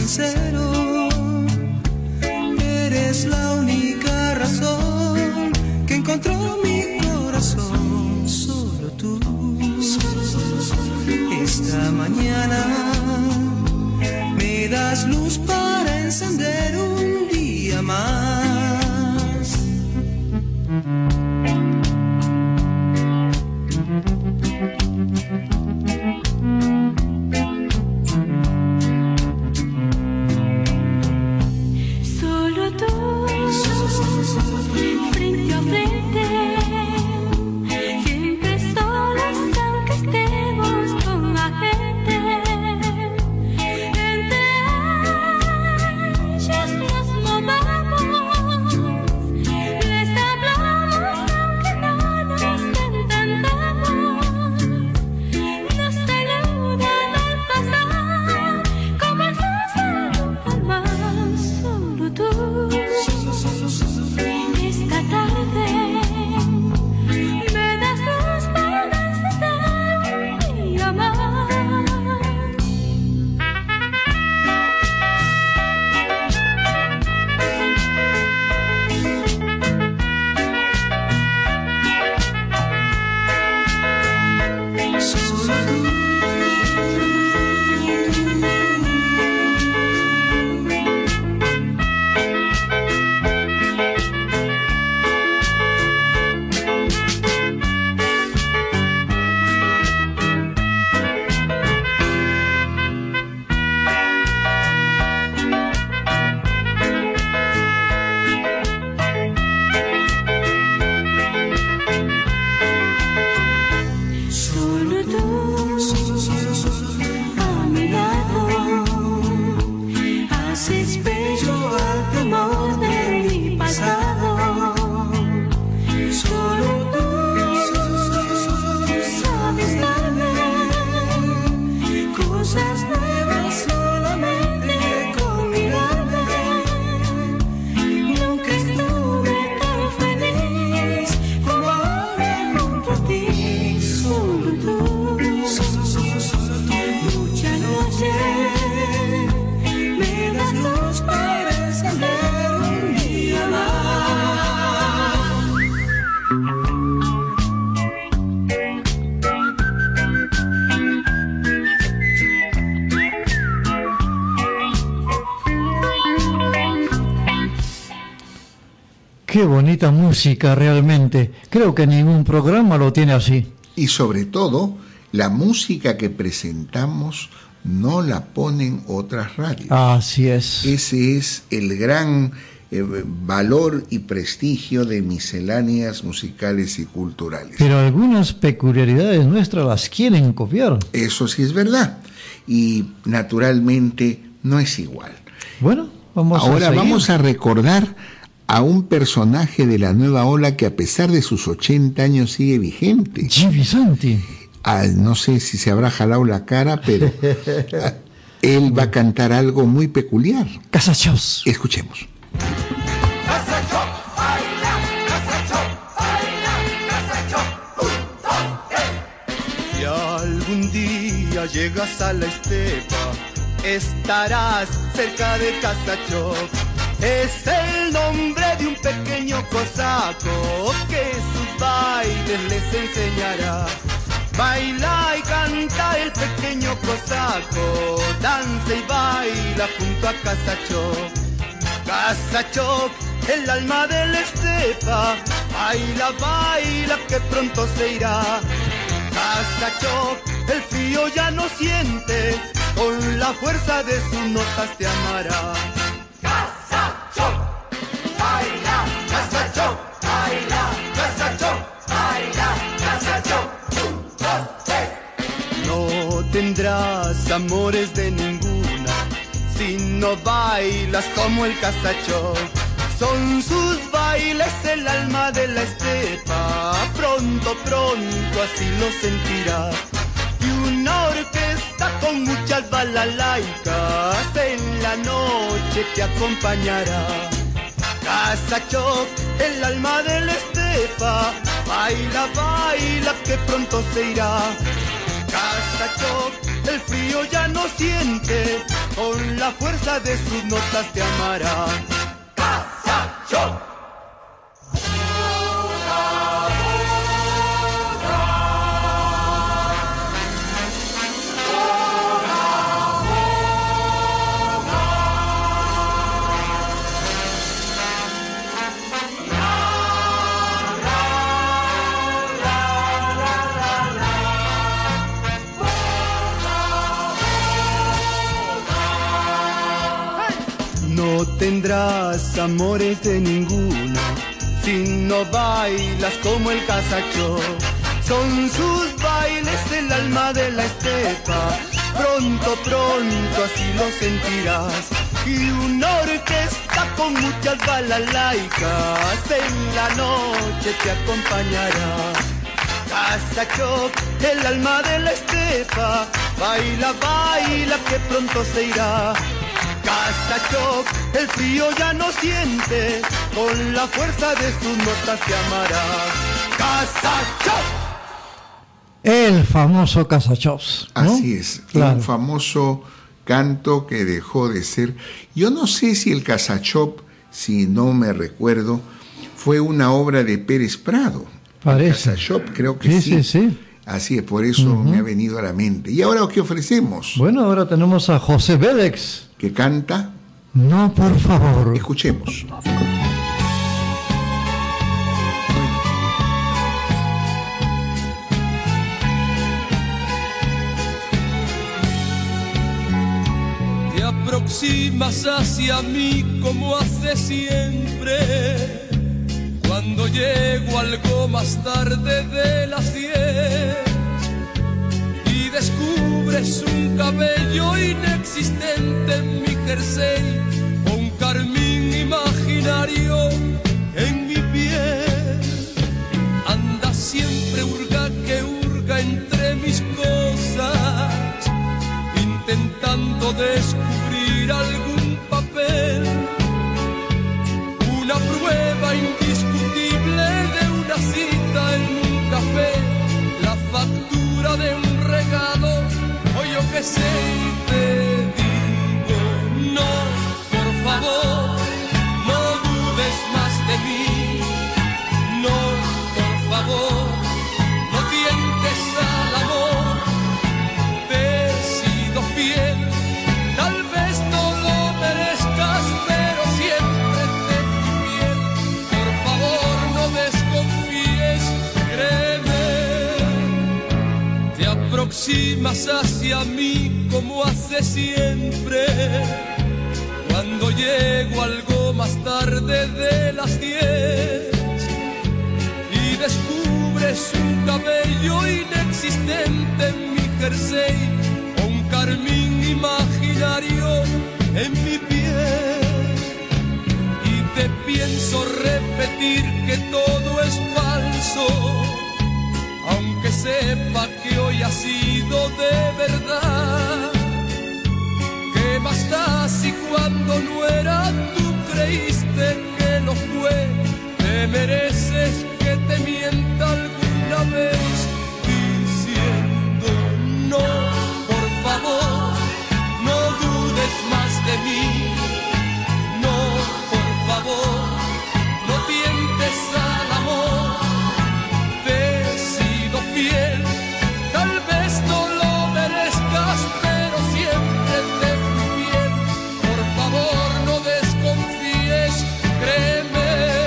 Eres la única razón mañana. Me das luz para encender un día más. Solo tú, frente a frente, siempre solos aunque estemos con la gente. Entre ellos nos movemos, les hablamos aunque no nos entendemos. Nos saludan al pasar como el sol saluda al mar. Solo tú. Esta tarde me das luz para encender un día más. Solo tú. Solo tú, a mi lado, haces bello al temor de mi pasado. Solo tú sabes darme cosas nuevas solamente con mirarme. Nunca estuve tan feliz como ahora junto a ti. Solo tú, mucha noche, me das luz para encender un día más. Qué bonita música realmente. Creo que ningún programa lo tiene así. Y sobre todo, la música que presentamos no la ponen otras radios. Así es. Ese es el gran eh, valor y prestigio de Misceláneas Musicales y Culturales. Pero algunas peculiaridades nuestras las quieren copiar. Eso sí es verdad. Y naturalmente no es igual. Bueno, vamos Ahora a seguir. vamos a recordar a un personaje de la nueva ola que a pesar de sus ochenta años sigue vigente. Jimmy Santi. Ah, no sé si se habrá jalado la cara, pero ah, él va a cantar algo muy peculiar. Casachos. Escuchemos. Si algún día llegas a la estepa, estarás cerca de Casachop. Es el nombre de un pequeño cosaco que sus bailes les enseñará. Baila y canta el pequeño cosaco, danza y baila junto a Casachop. Casachop, el alma de la estepa, baila, baila que pronto se irá. Casachop, el frío ya no siente, con la fuerza de sus notas te amará. Casachop, baila, Casachop, baila, Casachop, baila, Casachop. Un, dos, tres. No tendrás amores de ninguna si no bailas como el Casachop. Son sus bailes el alma de la estepa, pronto, pronto así lo sentirás. Y una orquesta con muchas balalaicas en la noche te acompañará. Casachop, el alma de la estepa, baila, baila que pronto se irá. Casachop, el frío ya no siente, con la fuerza de sus notas te amará. Casachop. No tendrás amores de ninguno si no bailas como el casacho. Son sus bailes el alma de la estepa. Pronto, pronto así lo sentirás. Y una orquesta con muchas balalaicas en la noche te acompañará. Casacho, el alma de la estepa. Baila, baila que pronto se irá. Casacho, el frío ya no siente. Con la fuerza de sus notas te amará. Casacho. El famoso Casachops, ¿no? Así es, claro. Un famoso canto que dejó de ser. Yo no sé si el Casachop, si no me recuerdo, fue una obra de Pérez Prado. Parece. El Casachop, creo que sí. Sí, sí, sí. Así es, por eso uh-huh. me ha venido a la mente. ¿Y ahora qué ofrecemos? Bueno, ahora tenemos a José Vélez. ¿Que canta? No, por favor. Escuchemos. Te aproximas hacia mí como hace siempre, cuando llego algo más tarde de las diez y descubres un cabello inexistente en mi jersey o un carmín imaginario en mi piel. Anda siempre hurga que hurga entre mis cosas, intentando descubrir algún papel, una prueba indiscutible de una cita en un café, la factura de un regalo, o yo que sé, y te digo, no, por favor, no dudes más de mí, no, por favor, no tientes al amor, te he sido fiel, tal vez no lo merezcas, pero siempre te fui fiel, por favor no desconfíes, créeme. Te aproximas hacia mí como hace siempre, cuando llego algo más tarde de las diez y descubres un cabello inexistente en mi jersey o un carmín imaginario en mi piel, y te pienso repetir que todo es falso, aunque sepa que hoy ha sido de verdad. ¿Qué más da si cuando no era tú creíste que lo fue? Te mereces que te mienta alguna vez diciendo no, por favor, no dudes más de mí, no, por favor, no tientes al amor, te he sido fiel, tal vez no lo merezcas, pero siempre te fui fiel, por favor no desconfíes, créeme.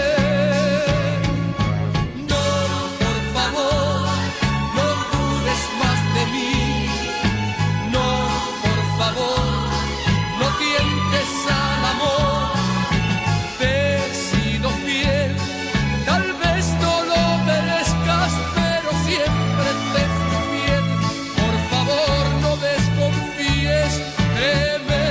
No, por favor, no dudes más de mí, no, por favor, no tientes al amor, te he sido fiel, tal vez no lo merezcas, pero siempre te fui fiel, por favor no desconfíes, créeme.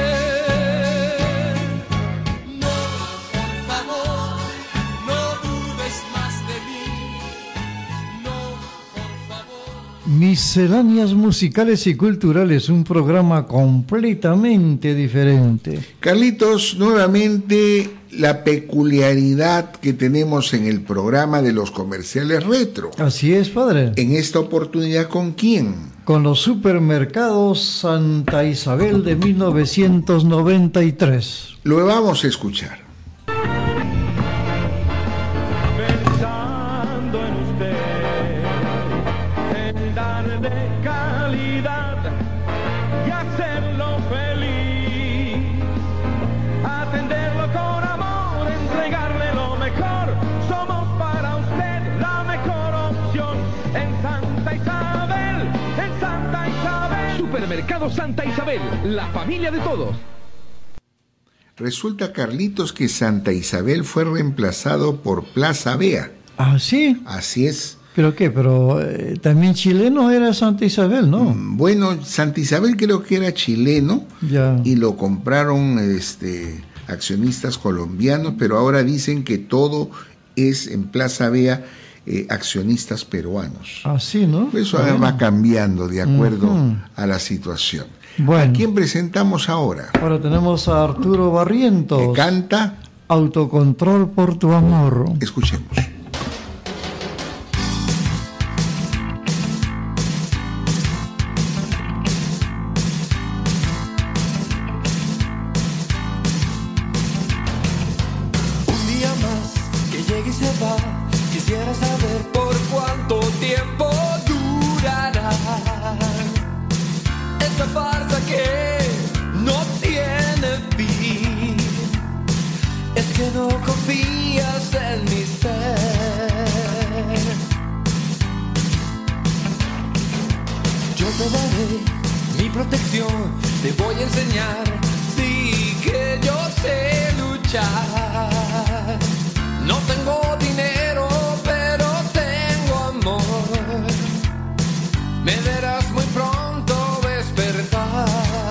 No, por favor, no dudes más de mí, no, por favor. Misceláneas musicales y culturales, un programa completamente diferente. Carlitos, nuevamente la peculiaridad que tenemos en el programa de los comerciales retro. Así es, padre. En esta oportunidad, ¿con quién? Con los supermercados Santa Isabel de mil novecientos noventa y tres. Lo vamos a escuchar. Pensando en usted, en darle calidad y hacerlo feliz, atenderlo con amor, entregarle lo mejor. Somos para usted la mejor opción en Santa Isabel, en Santa Isabel. Supermercado Santa Isabel, la familia de todos. Resulta, Carlitos, que Santa Isabel fue reemplazado por Plaza Vea. ¿Ah, sí? Así es. ¿Pero qué? Pero eh, también chileno era Santa Isabel, ¿no? Bueno, Santa Isabel creo que era chileno ya. Y lo compraron este, accionistas colombianos, pero ahora dicen que todo es en Plaza Vea eh, accionistas peruanos. Así, ¿no? Eso bueno. va cambiando de acuerdo uh-huh. a la situación. Bueno. ¿A quién presentamos ahora? Ahora tenemos a Arturo Barrientos. Que canta Autocontrol por tu amor. Escuchemos. Quisiera saber por cuánto tiempo durará esta farsa que no tiene fin. Es que no confías en mi ser. Yo te daré mi protección, te voy a enseñar, sí que yo sé luchar. No tengo dinero, pero tengo amor. Me verás muy pronto despertar.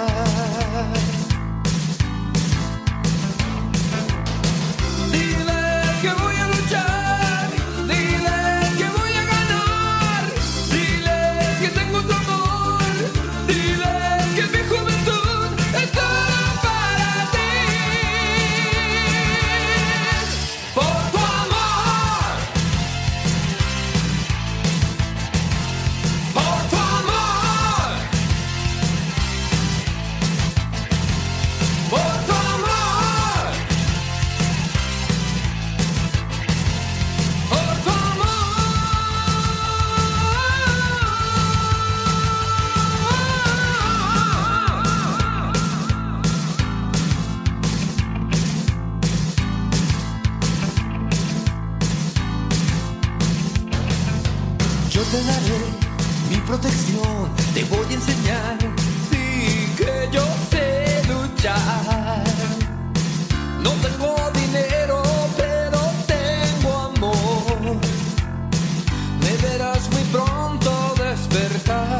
Dile que voy a luchar, dile que voy a ganar, dile que tengo tu amor, dile que mi juventud es todo para ti. Por tu amor, por tu amor, por tu amor, por tu amor. Yo te daré mi protección, te voy a enseñar, sí que yo sé luchar. No tengo dinero, pero tengo amor. Me verás muy pronto despertar.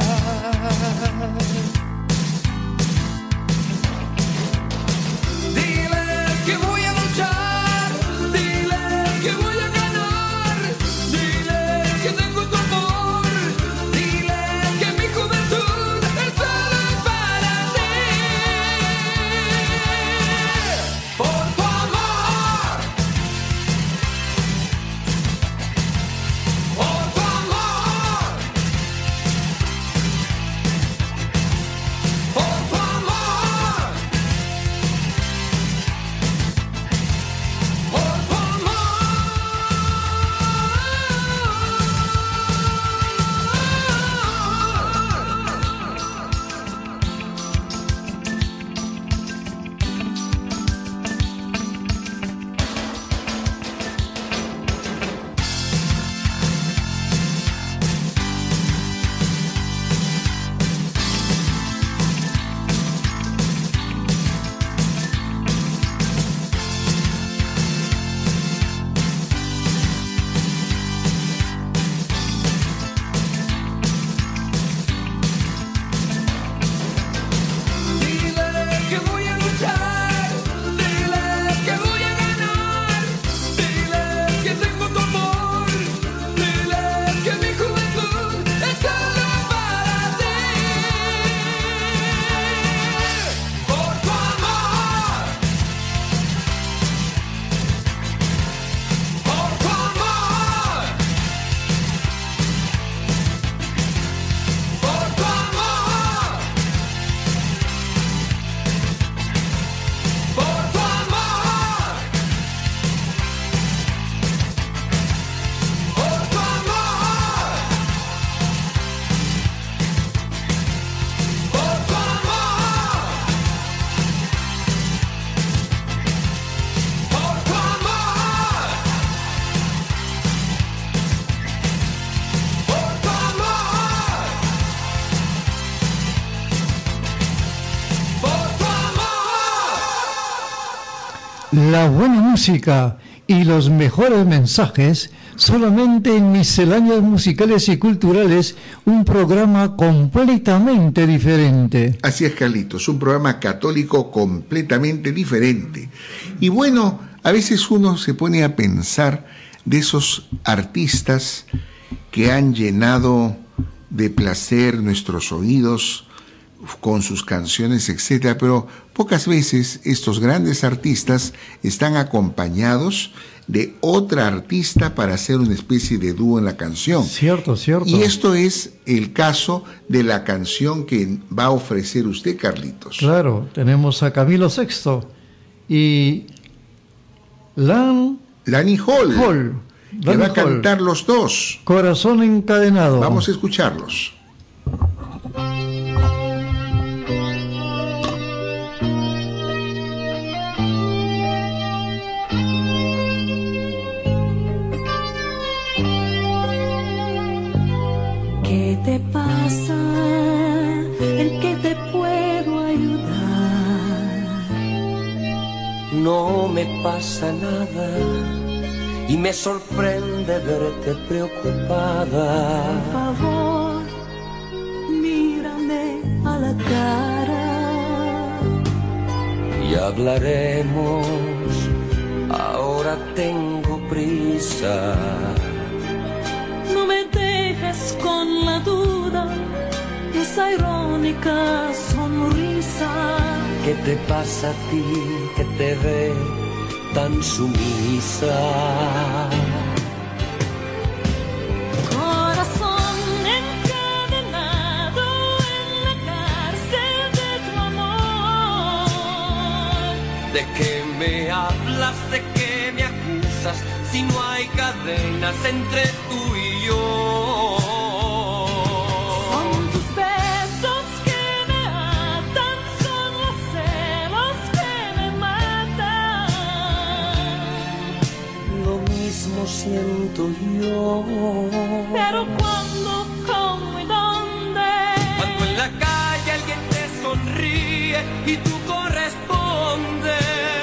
Dile que voy a luchar, dile que voy a ganar, dile que tengo tu amor, dile que mi juventud es solo para ti. La buena música y los mejores mensajes solamente en Misceláneas Musicales y Culturales, un programa completamente diferente. Así es, Carlitos, un programa católico completamente diferente. Y bueno, a veces uno se pone a pensar de esos artistas que han llenado de placer nuestros oídos con sus canciones, etcétera, pero pocas veces estos grandes artistas están acompañados de otra artista para hacer una especie de dúo en la canción. Cierto, cierto. Y esto es el caso de la canción que va a ofrecer usted, Carlitos. Claro, tenemos a Camilo Sexto y Lan... Lani Hall, Hall que Lani va a Hall. cantar los dos. Corazón encadenado. Vamos a escucharlos. ¿Qué te pasa? ¿En qué te puedo ayudar? No me pasa nada y me sorprende verte preocupada. Por favor, mírame a la cara Y hablaremos, ahora tengo prisa. No me dejes con la duda, esa irónica sonrisa. ¿Qué te pasa a ti que te ve tan sumisa? Corazón encadenado en la cárcel de tu amor. ¿De qué me hablas? ¿De qué me acusas? Si no hay cadenas entre tú y yo. Son tus besos que me atan, son los celos que me matan. Lo mismo siento yo. Pero cuando, cómo y dónde. Cuando en la calle alguien te sonríe y tú correspondes.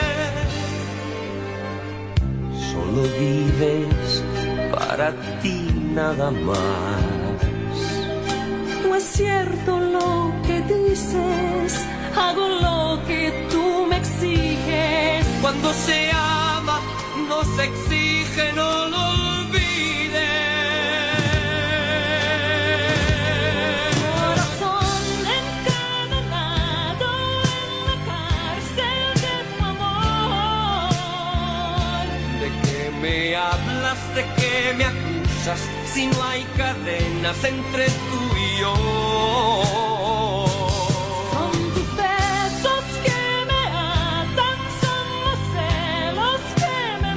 Solo vives para ti nada más. No es cierto lo que dices, hago lo que tú me exiges. Cuando se ama, no se exige, no lo olvides. Corazón encadenado en la cárcel de tu amor. ¿De qué me hablas? ¿De qué me acusas? Si no hay cadenas entre tú y yo. Son tus besos que me atan, son los celos que me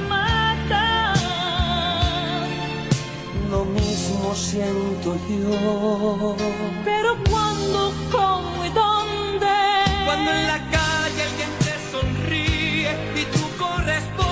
matan. Lo mismo siento yo. Pero cuando, cómo y dónde. Cuando en la calle alguien te sonríe y tú correspondes.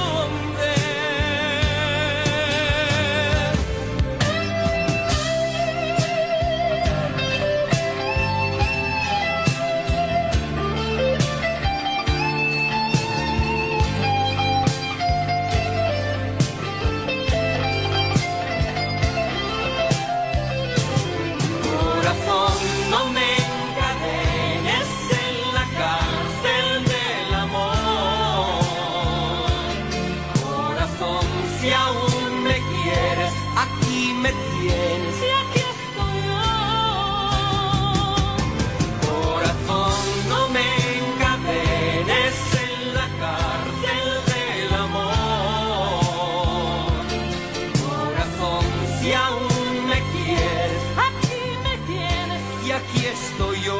Corazón, no me encadenes en la cárcel del amor. Corazón, si aún me quieres, aquí me tienes. Y aquí estoy yo. Corazón, no me encadenes en la cárcel del amor. Corazón, si aún me quieres, Aquí me tienes. y aquí estoy yo.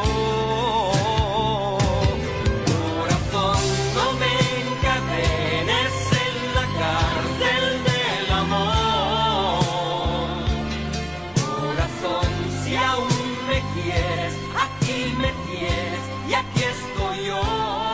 Corazón, no me encadenes en la cárcel del amor. Corazón, si aún me quieres, aquí me tienes, y aquí estoy yo.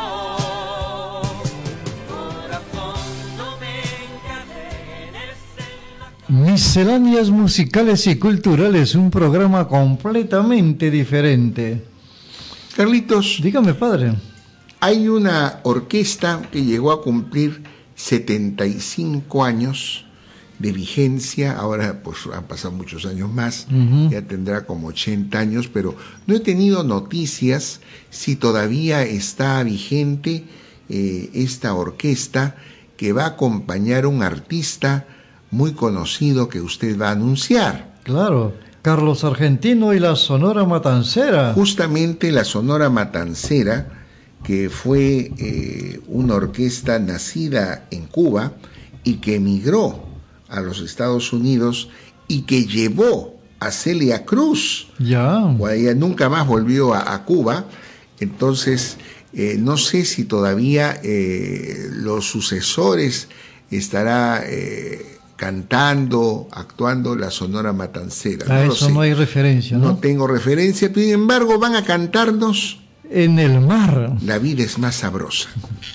Corazón, no me encadenes en la Misceláneas Musicales y Culturales, un programa completamente diferente. Carlitos, Dígame, padre. Hay una orquesta que llegó a cumplir setenta y cinco años de vigencia, ahora pues han pasado muchos años más, uh-huh. ya tendrá como ochenta años, pero no he tenido noticias si todavía está vigente eh, esta orquesta que va a acompañar a un artista muy conocido que usted va a anunciar. Claro, Carlos Argentino y la Sonora Matancera. Justamente la Sonora Matancera, que fue eh, una orquesta nacida en Cuba y que emigró a los Estados Unidos y que llevó a Celia Cruz. Ya. O ella nunca más volvió a, a Cuba. Entonces, eh, no sé si todavía eh, los sucesores estará eh, cantando, actuando la Sonora Matancera. A no eso lo sé. No hay referencia, ¿no? No tengo referencia, sin embargo van a cantarnos En el mar. La vida es más sabrosa.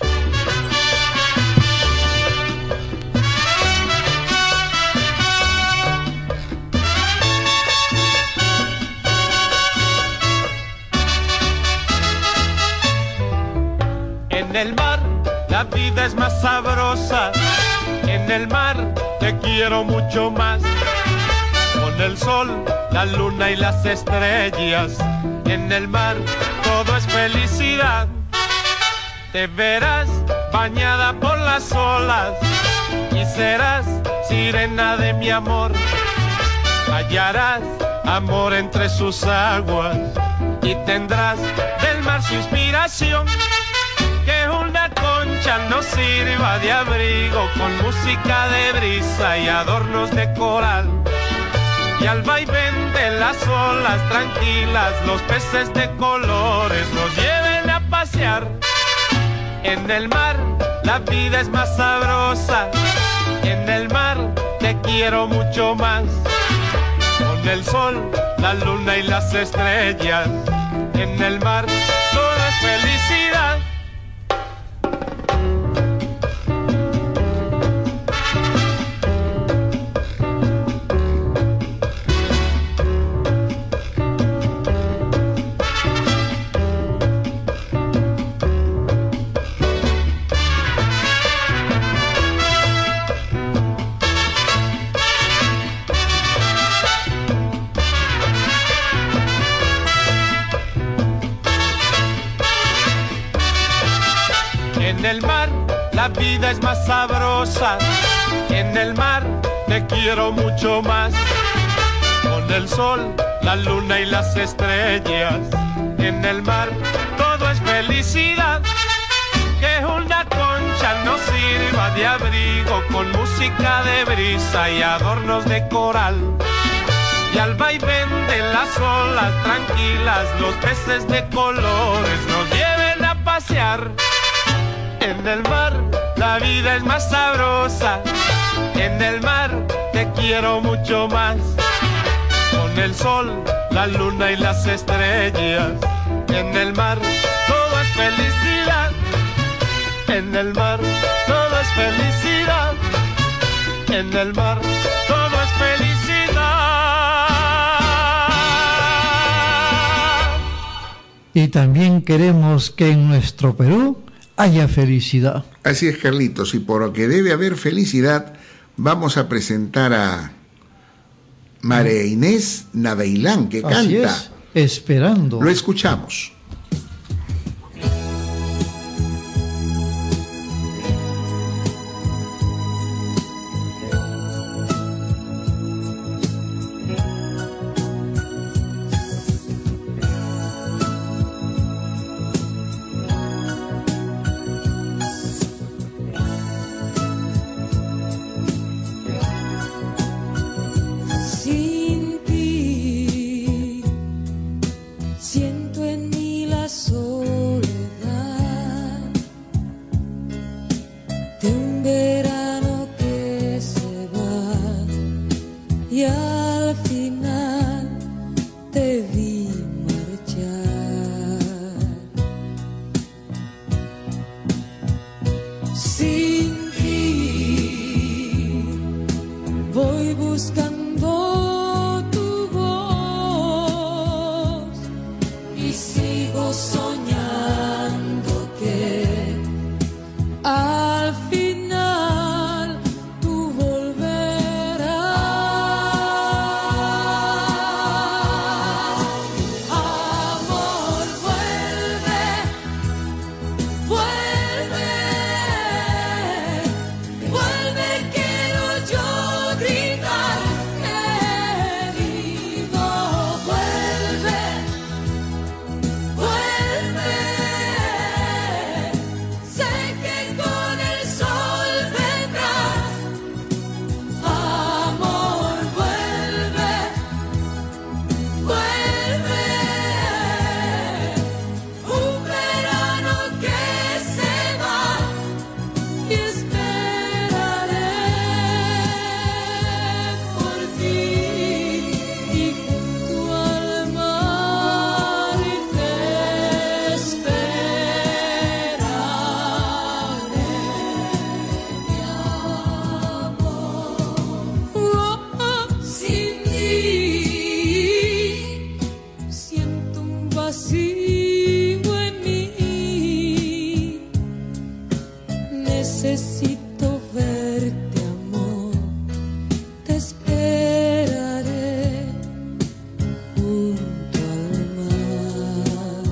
En el mar la vida es más sabrosa, en el mar te quiero mucho más. Con el sol, la luna y las estrellas, en el mar todo es felicidad. Te verás bañada por las olas y serás sirena de mi amor. Hallarás amor entre sus aguas y tendrás del mar su inspiración. Que una concha nos sirva de abrigo con música de brisa y adornos de coral. Y al vaivén de las olas tranquilas los peces de colores nos lleven a pasear. En el mar la vida es más sabrosa, en el mar te quiero mucho más. Con el sol, la luna y las estrellas, en el mar todo es felicidad. En el mar la vida es más sabrosa, en el mar te quiero mucho más. Con el sol, la luna y las estrellas, en el mar todo es felicidad. Que una concha nos sirva de abrigo con música de brisa y adornos de coral. Y al vaivén de las olas tranquilas los peces de colores nos lleven a pasear. En el mar la vida es más sabrosa, en el mar te quiero mucho más. Con el sol, la luna y las estrellas, en el mar todo es felicidad. En el mar todo es felicidad, en el mar todo es felicidad. Y también queremos que en nuestro Perú haya felicidad. Así es, Carlitos, y por lo que debe haber felicidad, vamos a presentar a María Inés Nadailán, que Así canta. Es, esperando. Lo escuchamos. Sin ti, siento en mí la soledad de un verano que se va y al final te vi marchar. Sin ti voy buscando tu voz y sigo soñando que necesito verte, amor. Te esperaré junto al mar.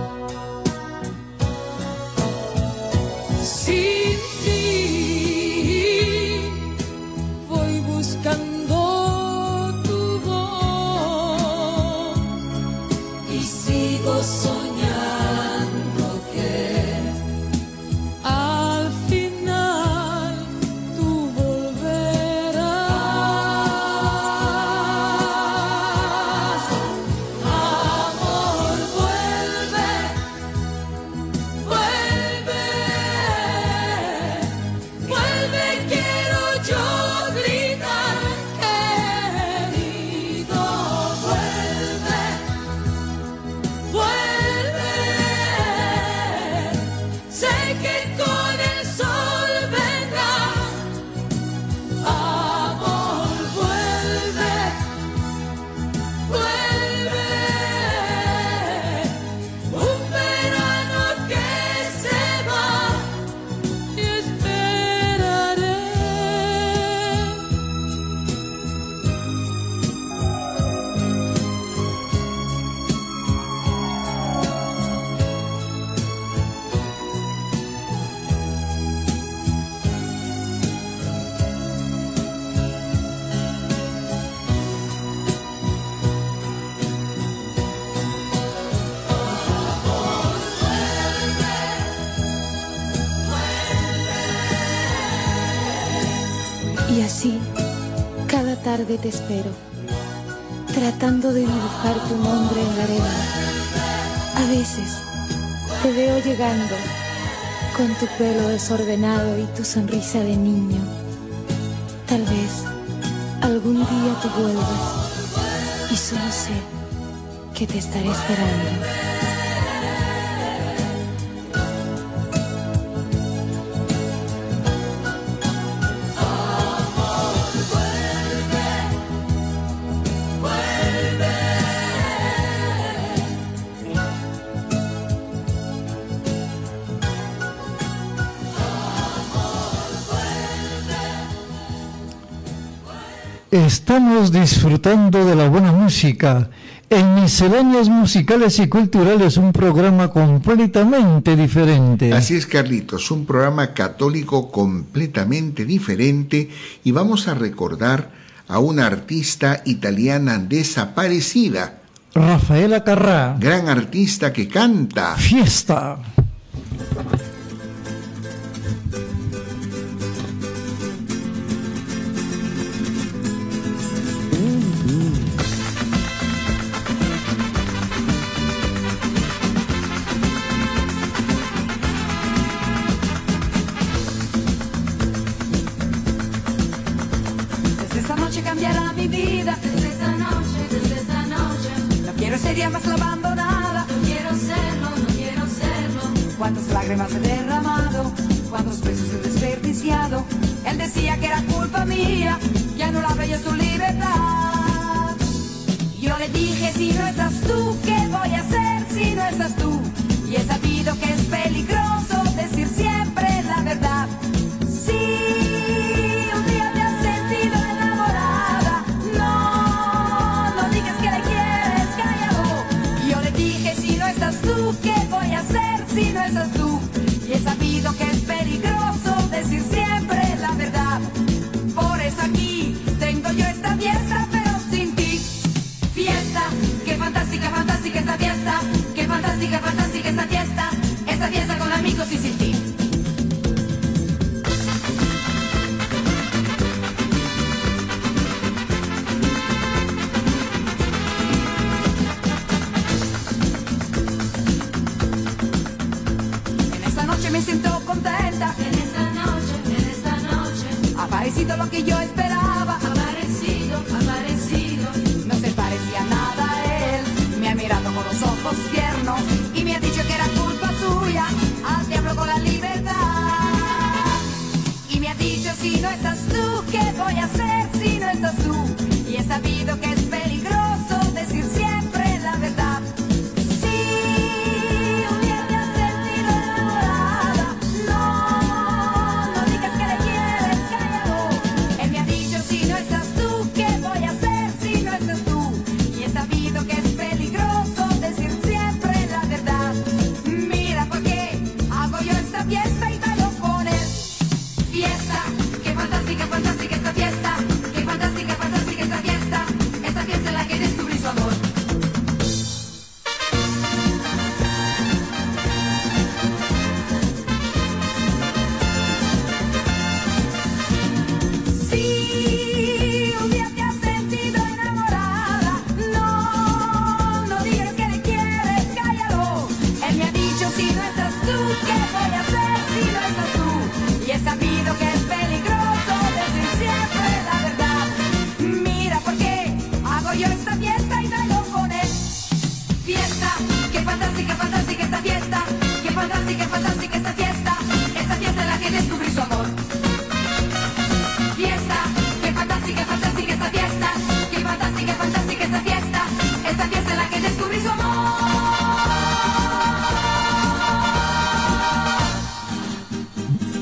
Sin ti voy buscando tu voz y sigo soñando que al final tú volverás. Amor, vuelve, vuelve, vuelve, quiero yo gritar, querido, vuelve, vuelve. Sé que con el sol vendrá. Amor, vuelve, vuelve. Un verano que se va y esperaré. Y así, cada tarde te espero, tratando de dibujar tu nombre en la arena. A veces te veo llegando con tu pelo desordenado y tu sonrisa de niño. Tal vez algún día tú vuelvas y solo sé que te estaré esperando. Estamos disfrutando de la buena música en Misceláneas Musicales y Culturales, un programa completamente diferente. Así es, Carlitos, un programa católico completamente diferente, y vamos a recordar a una artista italiana desaparecida, Rafaela Carrà, gran artista que canta Fiesta. Desde esta noche cambiará mi vida. Desde esta noche, desde esta noche. No quiero ser ya más la abandonada. No quiero serlo, no quiero serlo. Cuántas lágrimas he derramado, cuántos besos he desperdiciado. Él decía que era culpa mía, que anulaba yo su libertad. Yo le dije, si no estás tú, ¿qué voy a hacer si no estás tú? Y he sabido que es peligroso decir siempre la verdad. Sí, un día te has sentido enamorada. No, no digas que le quieres, cállalo. Yo le dije, si no estás tú, ¿qué voy a hacer si no estás tú? Y he sabido que es peligroso decir siempre la verdad. Por eso aquí tengo yo esta fiesta, pero sin ti. Fiesta, qué fantástica, fantástica esta fiesta. Qué fantástica, fantástica esta fiesta. Esta fiesta con amigos y sin ti. En esta noche me siento contenta. En esta noche, en esta noche. Ha aparecido lo que yo esperaba. Ha aparecido, ha aparecido. No se parecía nada a él. Me ha mirado con los ojos tiernos y me ha dicho que era culpa suya. Al diablo con la libertad. Y me ha dicho, si no estás tú, ¿qué voy a hacer si no estás tú? Y he sabido que es peligroso decir siempre la verdad. Sí, un día te has sentido enamorada. No, no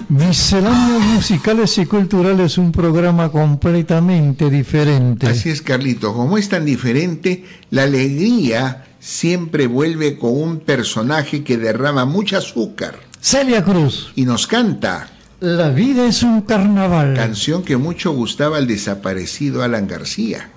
Misceláneas musicales y culturales, un programa completamente diferente. Así es, Carlito. Como es tan diferente, la alegría siempre vuelve con un personaje que derrama mucho azúcar. Celia Cruz. Y nos canta La vida es un carnaval. Canción que mucho gustaba al desaparecido Alan García.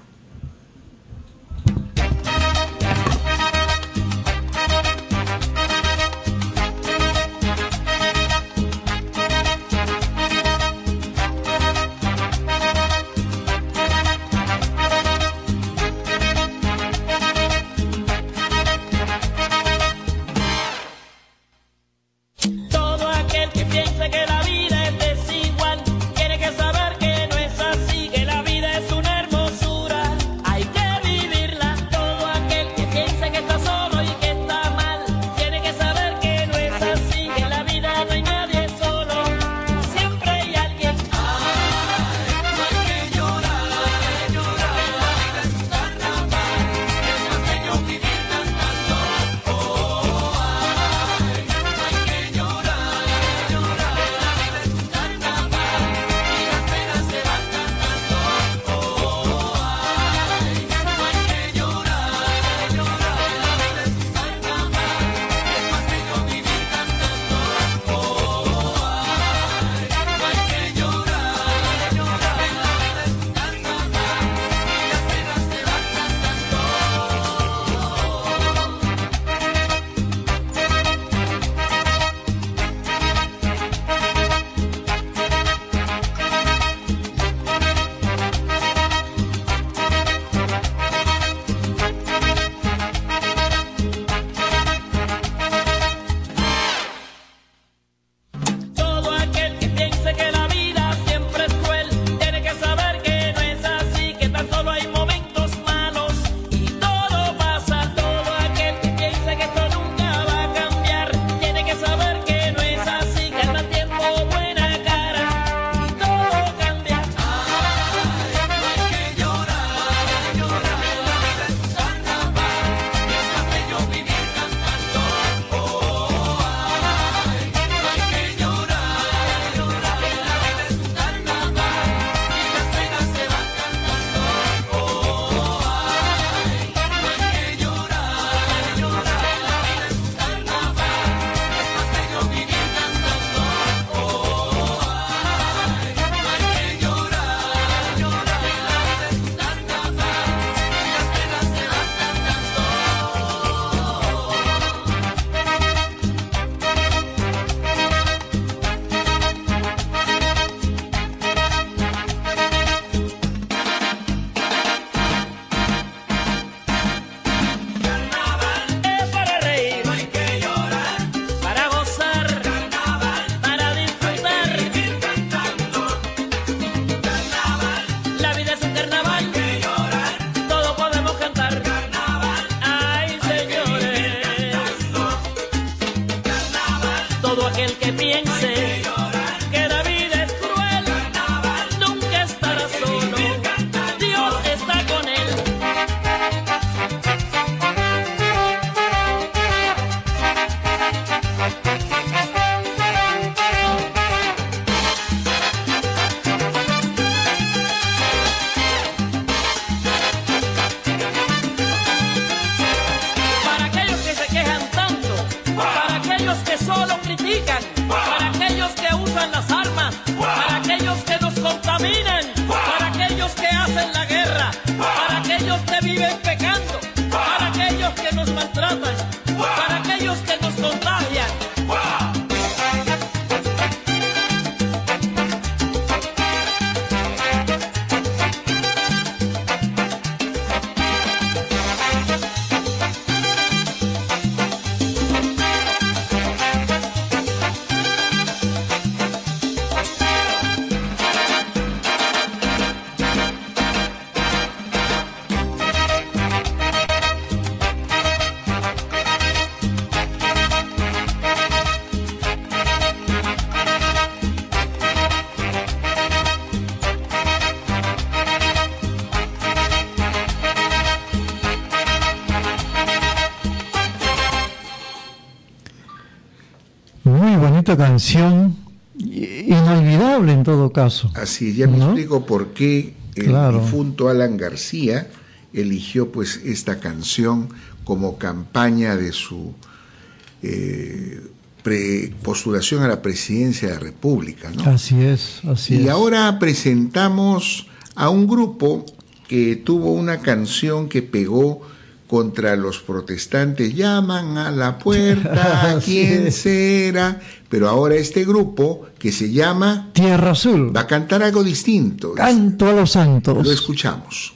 Canción inolvidable en todo caso. Así es, ya me ¿no? explico por qué el Claro. difunto Alan García eligió pues esta canción como campaña de su eh, pre- postulación a la presidencia de la República, ¿no? Así es, así y es. ahora presentamos a un grupo que tuvo una canción que pegó contra los protestantes, llaman a la puerta, Así ¿quién es. será? Pero ahora este grupo que se llama Tierra Azul. va a cantar algo distinto. Canto a los santos. Lo escuchamos.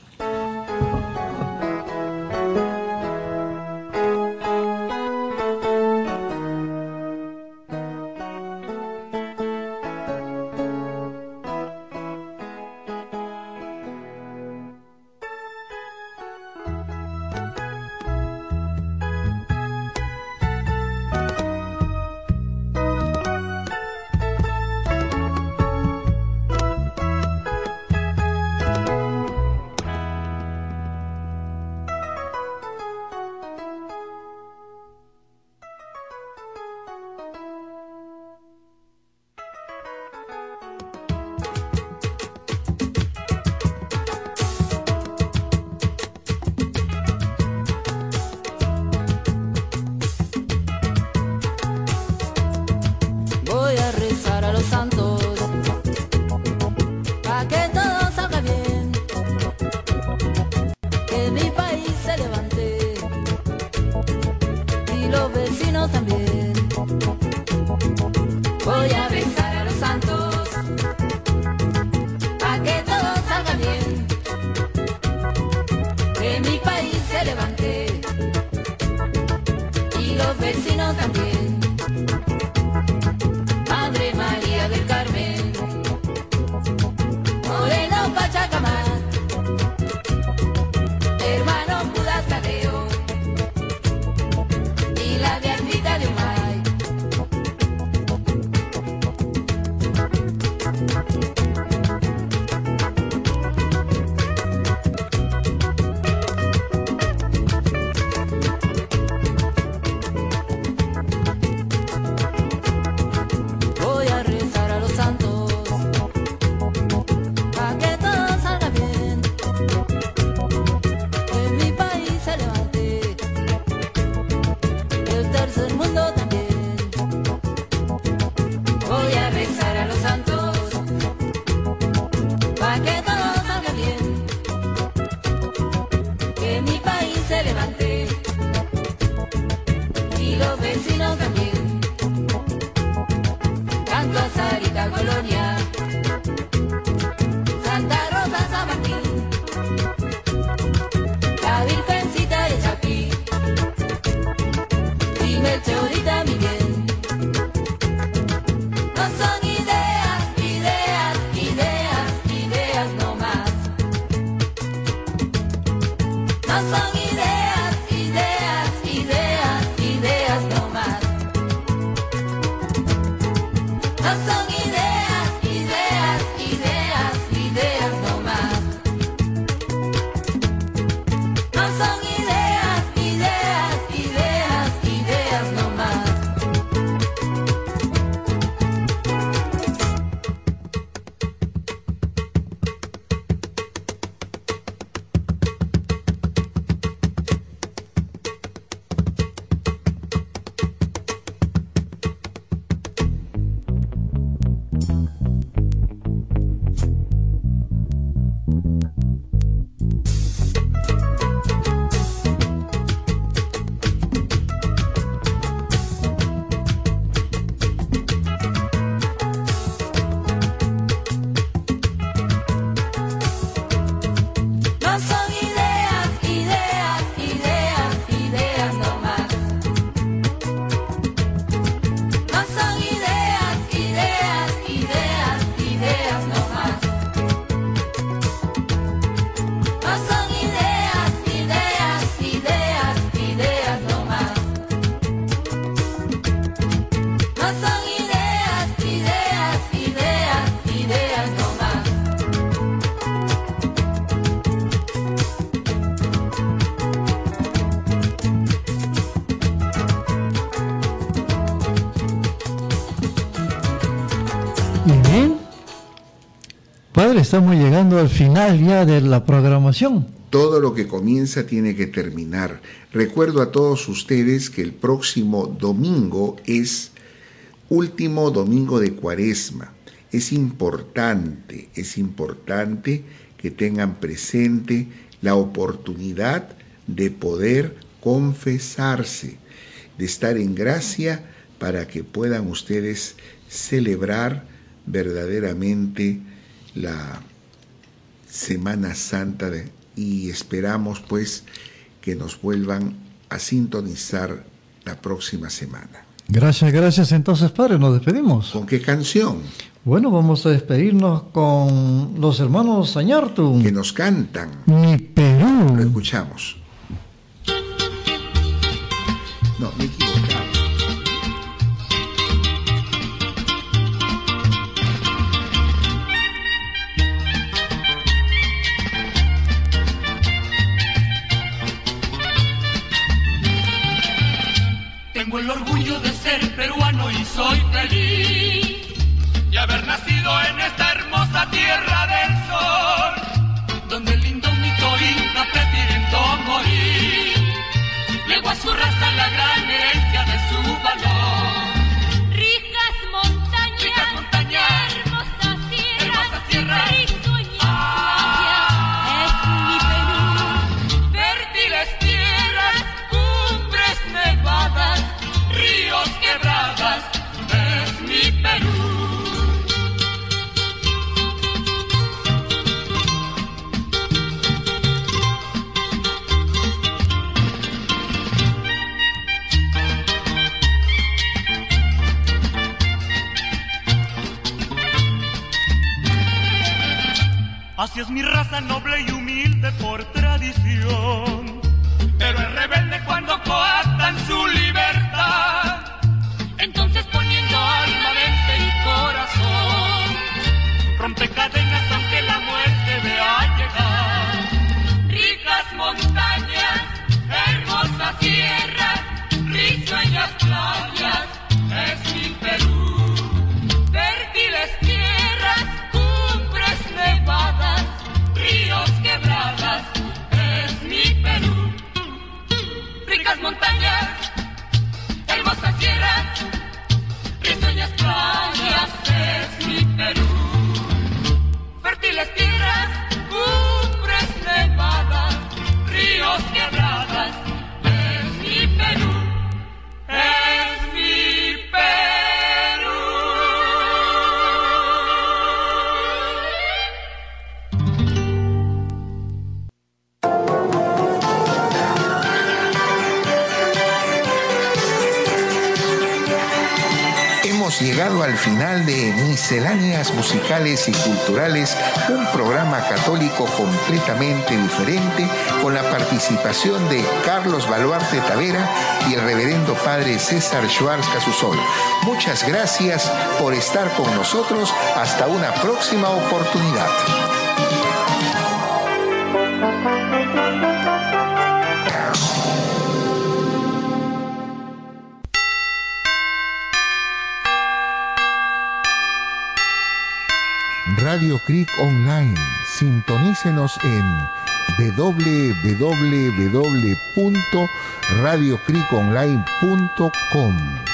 Voy a rezar a los santos para que todo salga bien, que mi país se levante y los vecinos también. Voy a rezar a los santos para que todo salga bien, que mi país se levante y los vecinos también. Madre María del Carmen, Moreno Pachacamac, hermano Judas Tadeo y la Beatriz de Umay. Voy a rezar a los santos para que todo salga bien, que mi país se levante, el tercer mundo también. Voy a rezar a los santos para que todo salga bien, que mi país se levante y los vecinos también. Canto a Sarita Colonia, Santa Rosa San Martín, la Virgencita de Chapí y Melchorita mi bien. No son ideas, ideas, ideas, ideas no más. No son ideas, ideas, ideas, ideas no más. No son ideas, ideas, ideas, ideas no más. No son ideas, ideas, ideas, ideas no más. No son ideas, ideas, ideas, ideas no más. No son ideas, ideas, ideas. Y bien, padre, estamos llegando al final ya de la programación. Todo lo que comienza tiene que terminar. Recuerdo a todos ustedes que el próximo domingo es último domingo de Cuaresma. Es importante, es importante que tengan presente la oportunidad de poder confesarse, de estar en gracia para que puedan ustedes celebrar verdaderamente la Semana Santa de, y esperamos pues que nos vuelvan a sintonizar la próxima semana. Gracias, gracias. Entonces, padre, nos despedimos. ¿Con qué canción? Bueno, vamos a despedirnos con los hermanos Añartu, que nos cantan Mi Perú. Lo escuchamos. No, me he equivocado. Tengo el orgullo de ser peruano y soy feliz de haber nacido en esta hermosa tierra del sol, donde el indómito Inca prefiriendo morir legó a su raza la gran herencia de su valor. Ricas montañas, Ricas montañas, hermosas tierras, hermosas tierras, risueñas playas, es mi Perú. Fértiles tierras, cumbres nevadas, ríos quebradas, es mi Perú. Así es mi raza noble y humilde por tradición, pero es rebelde cuando coartan su libertad. Entonces poniendo alma, mente y corazón, rompe cadenas aunque la muerte vea llegar. Ricas montañas, hermosas tierras, risueñas playas, es mi Perú. Fértiles tierras, cumbres nevadas, ríos quebradas, es mi Perú. Ricas montañas, hermosas tierras, risueñas playas, es mi Perú. Fértiles tierras, cumbres nevadas, ríos quebradas, es mi Perú, es mi Perú. Hemos llegado al final de Misceláneas Musicales y Culturales, un programa católico completamente diferente, con la participación de Carlos Baluarte Tavera y el reverendo padre César Schwartz Casusol. Muchas gracias por estar con nosotros. Hasta una próxima oportunidad. Radio Creek Online. Sintonícenos en w w w punto radio creek online punto com.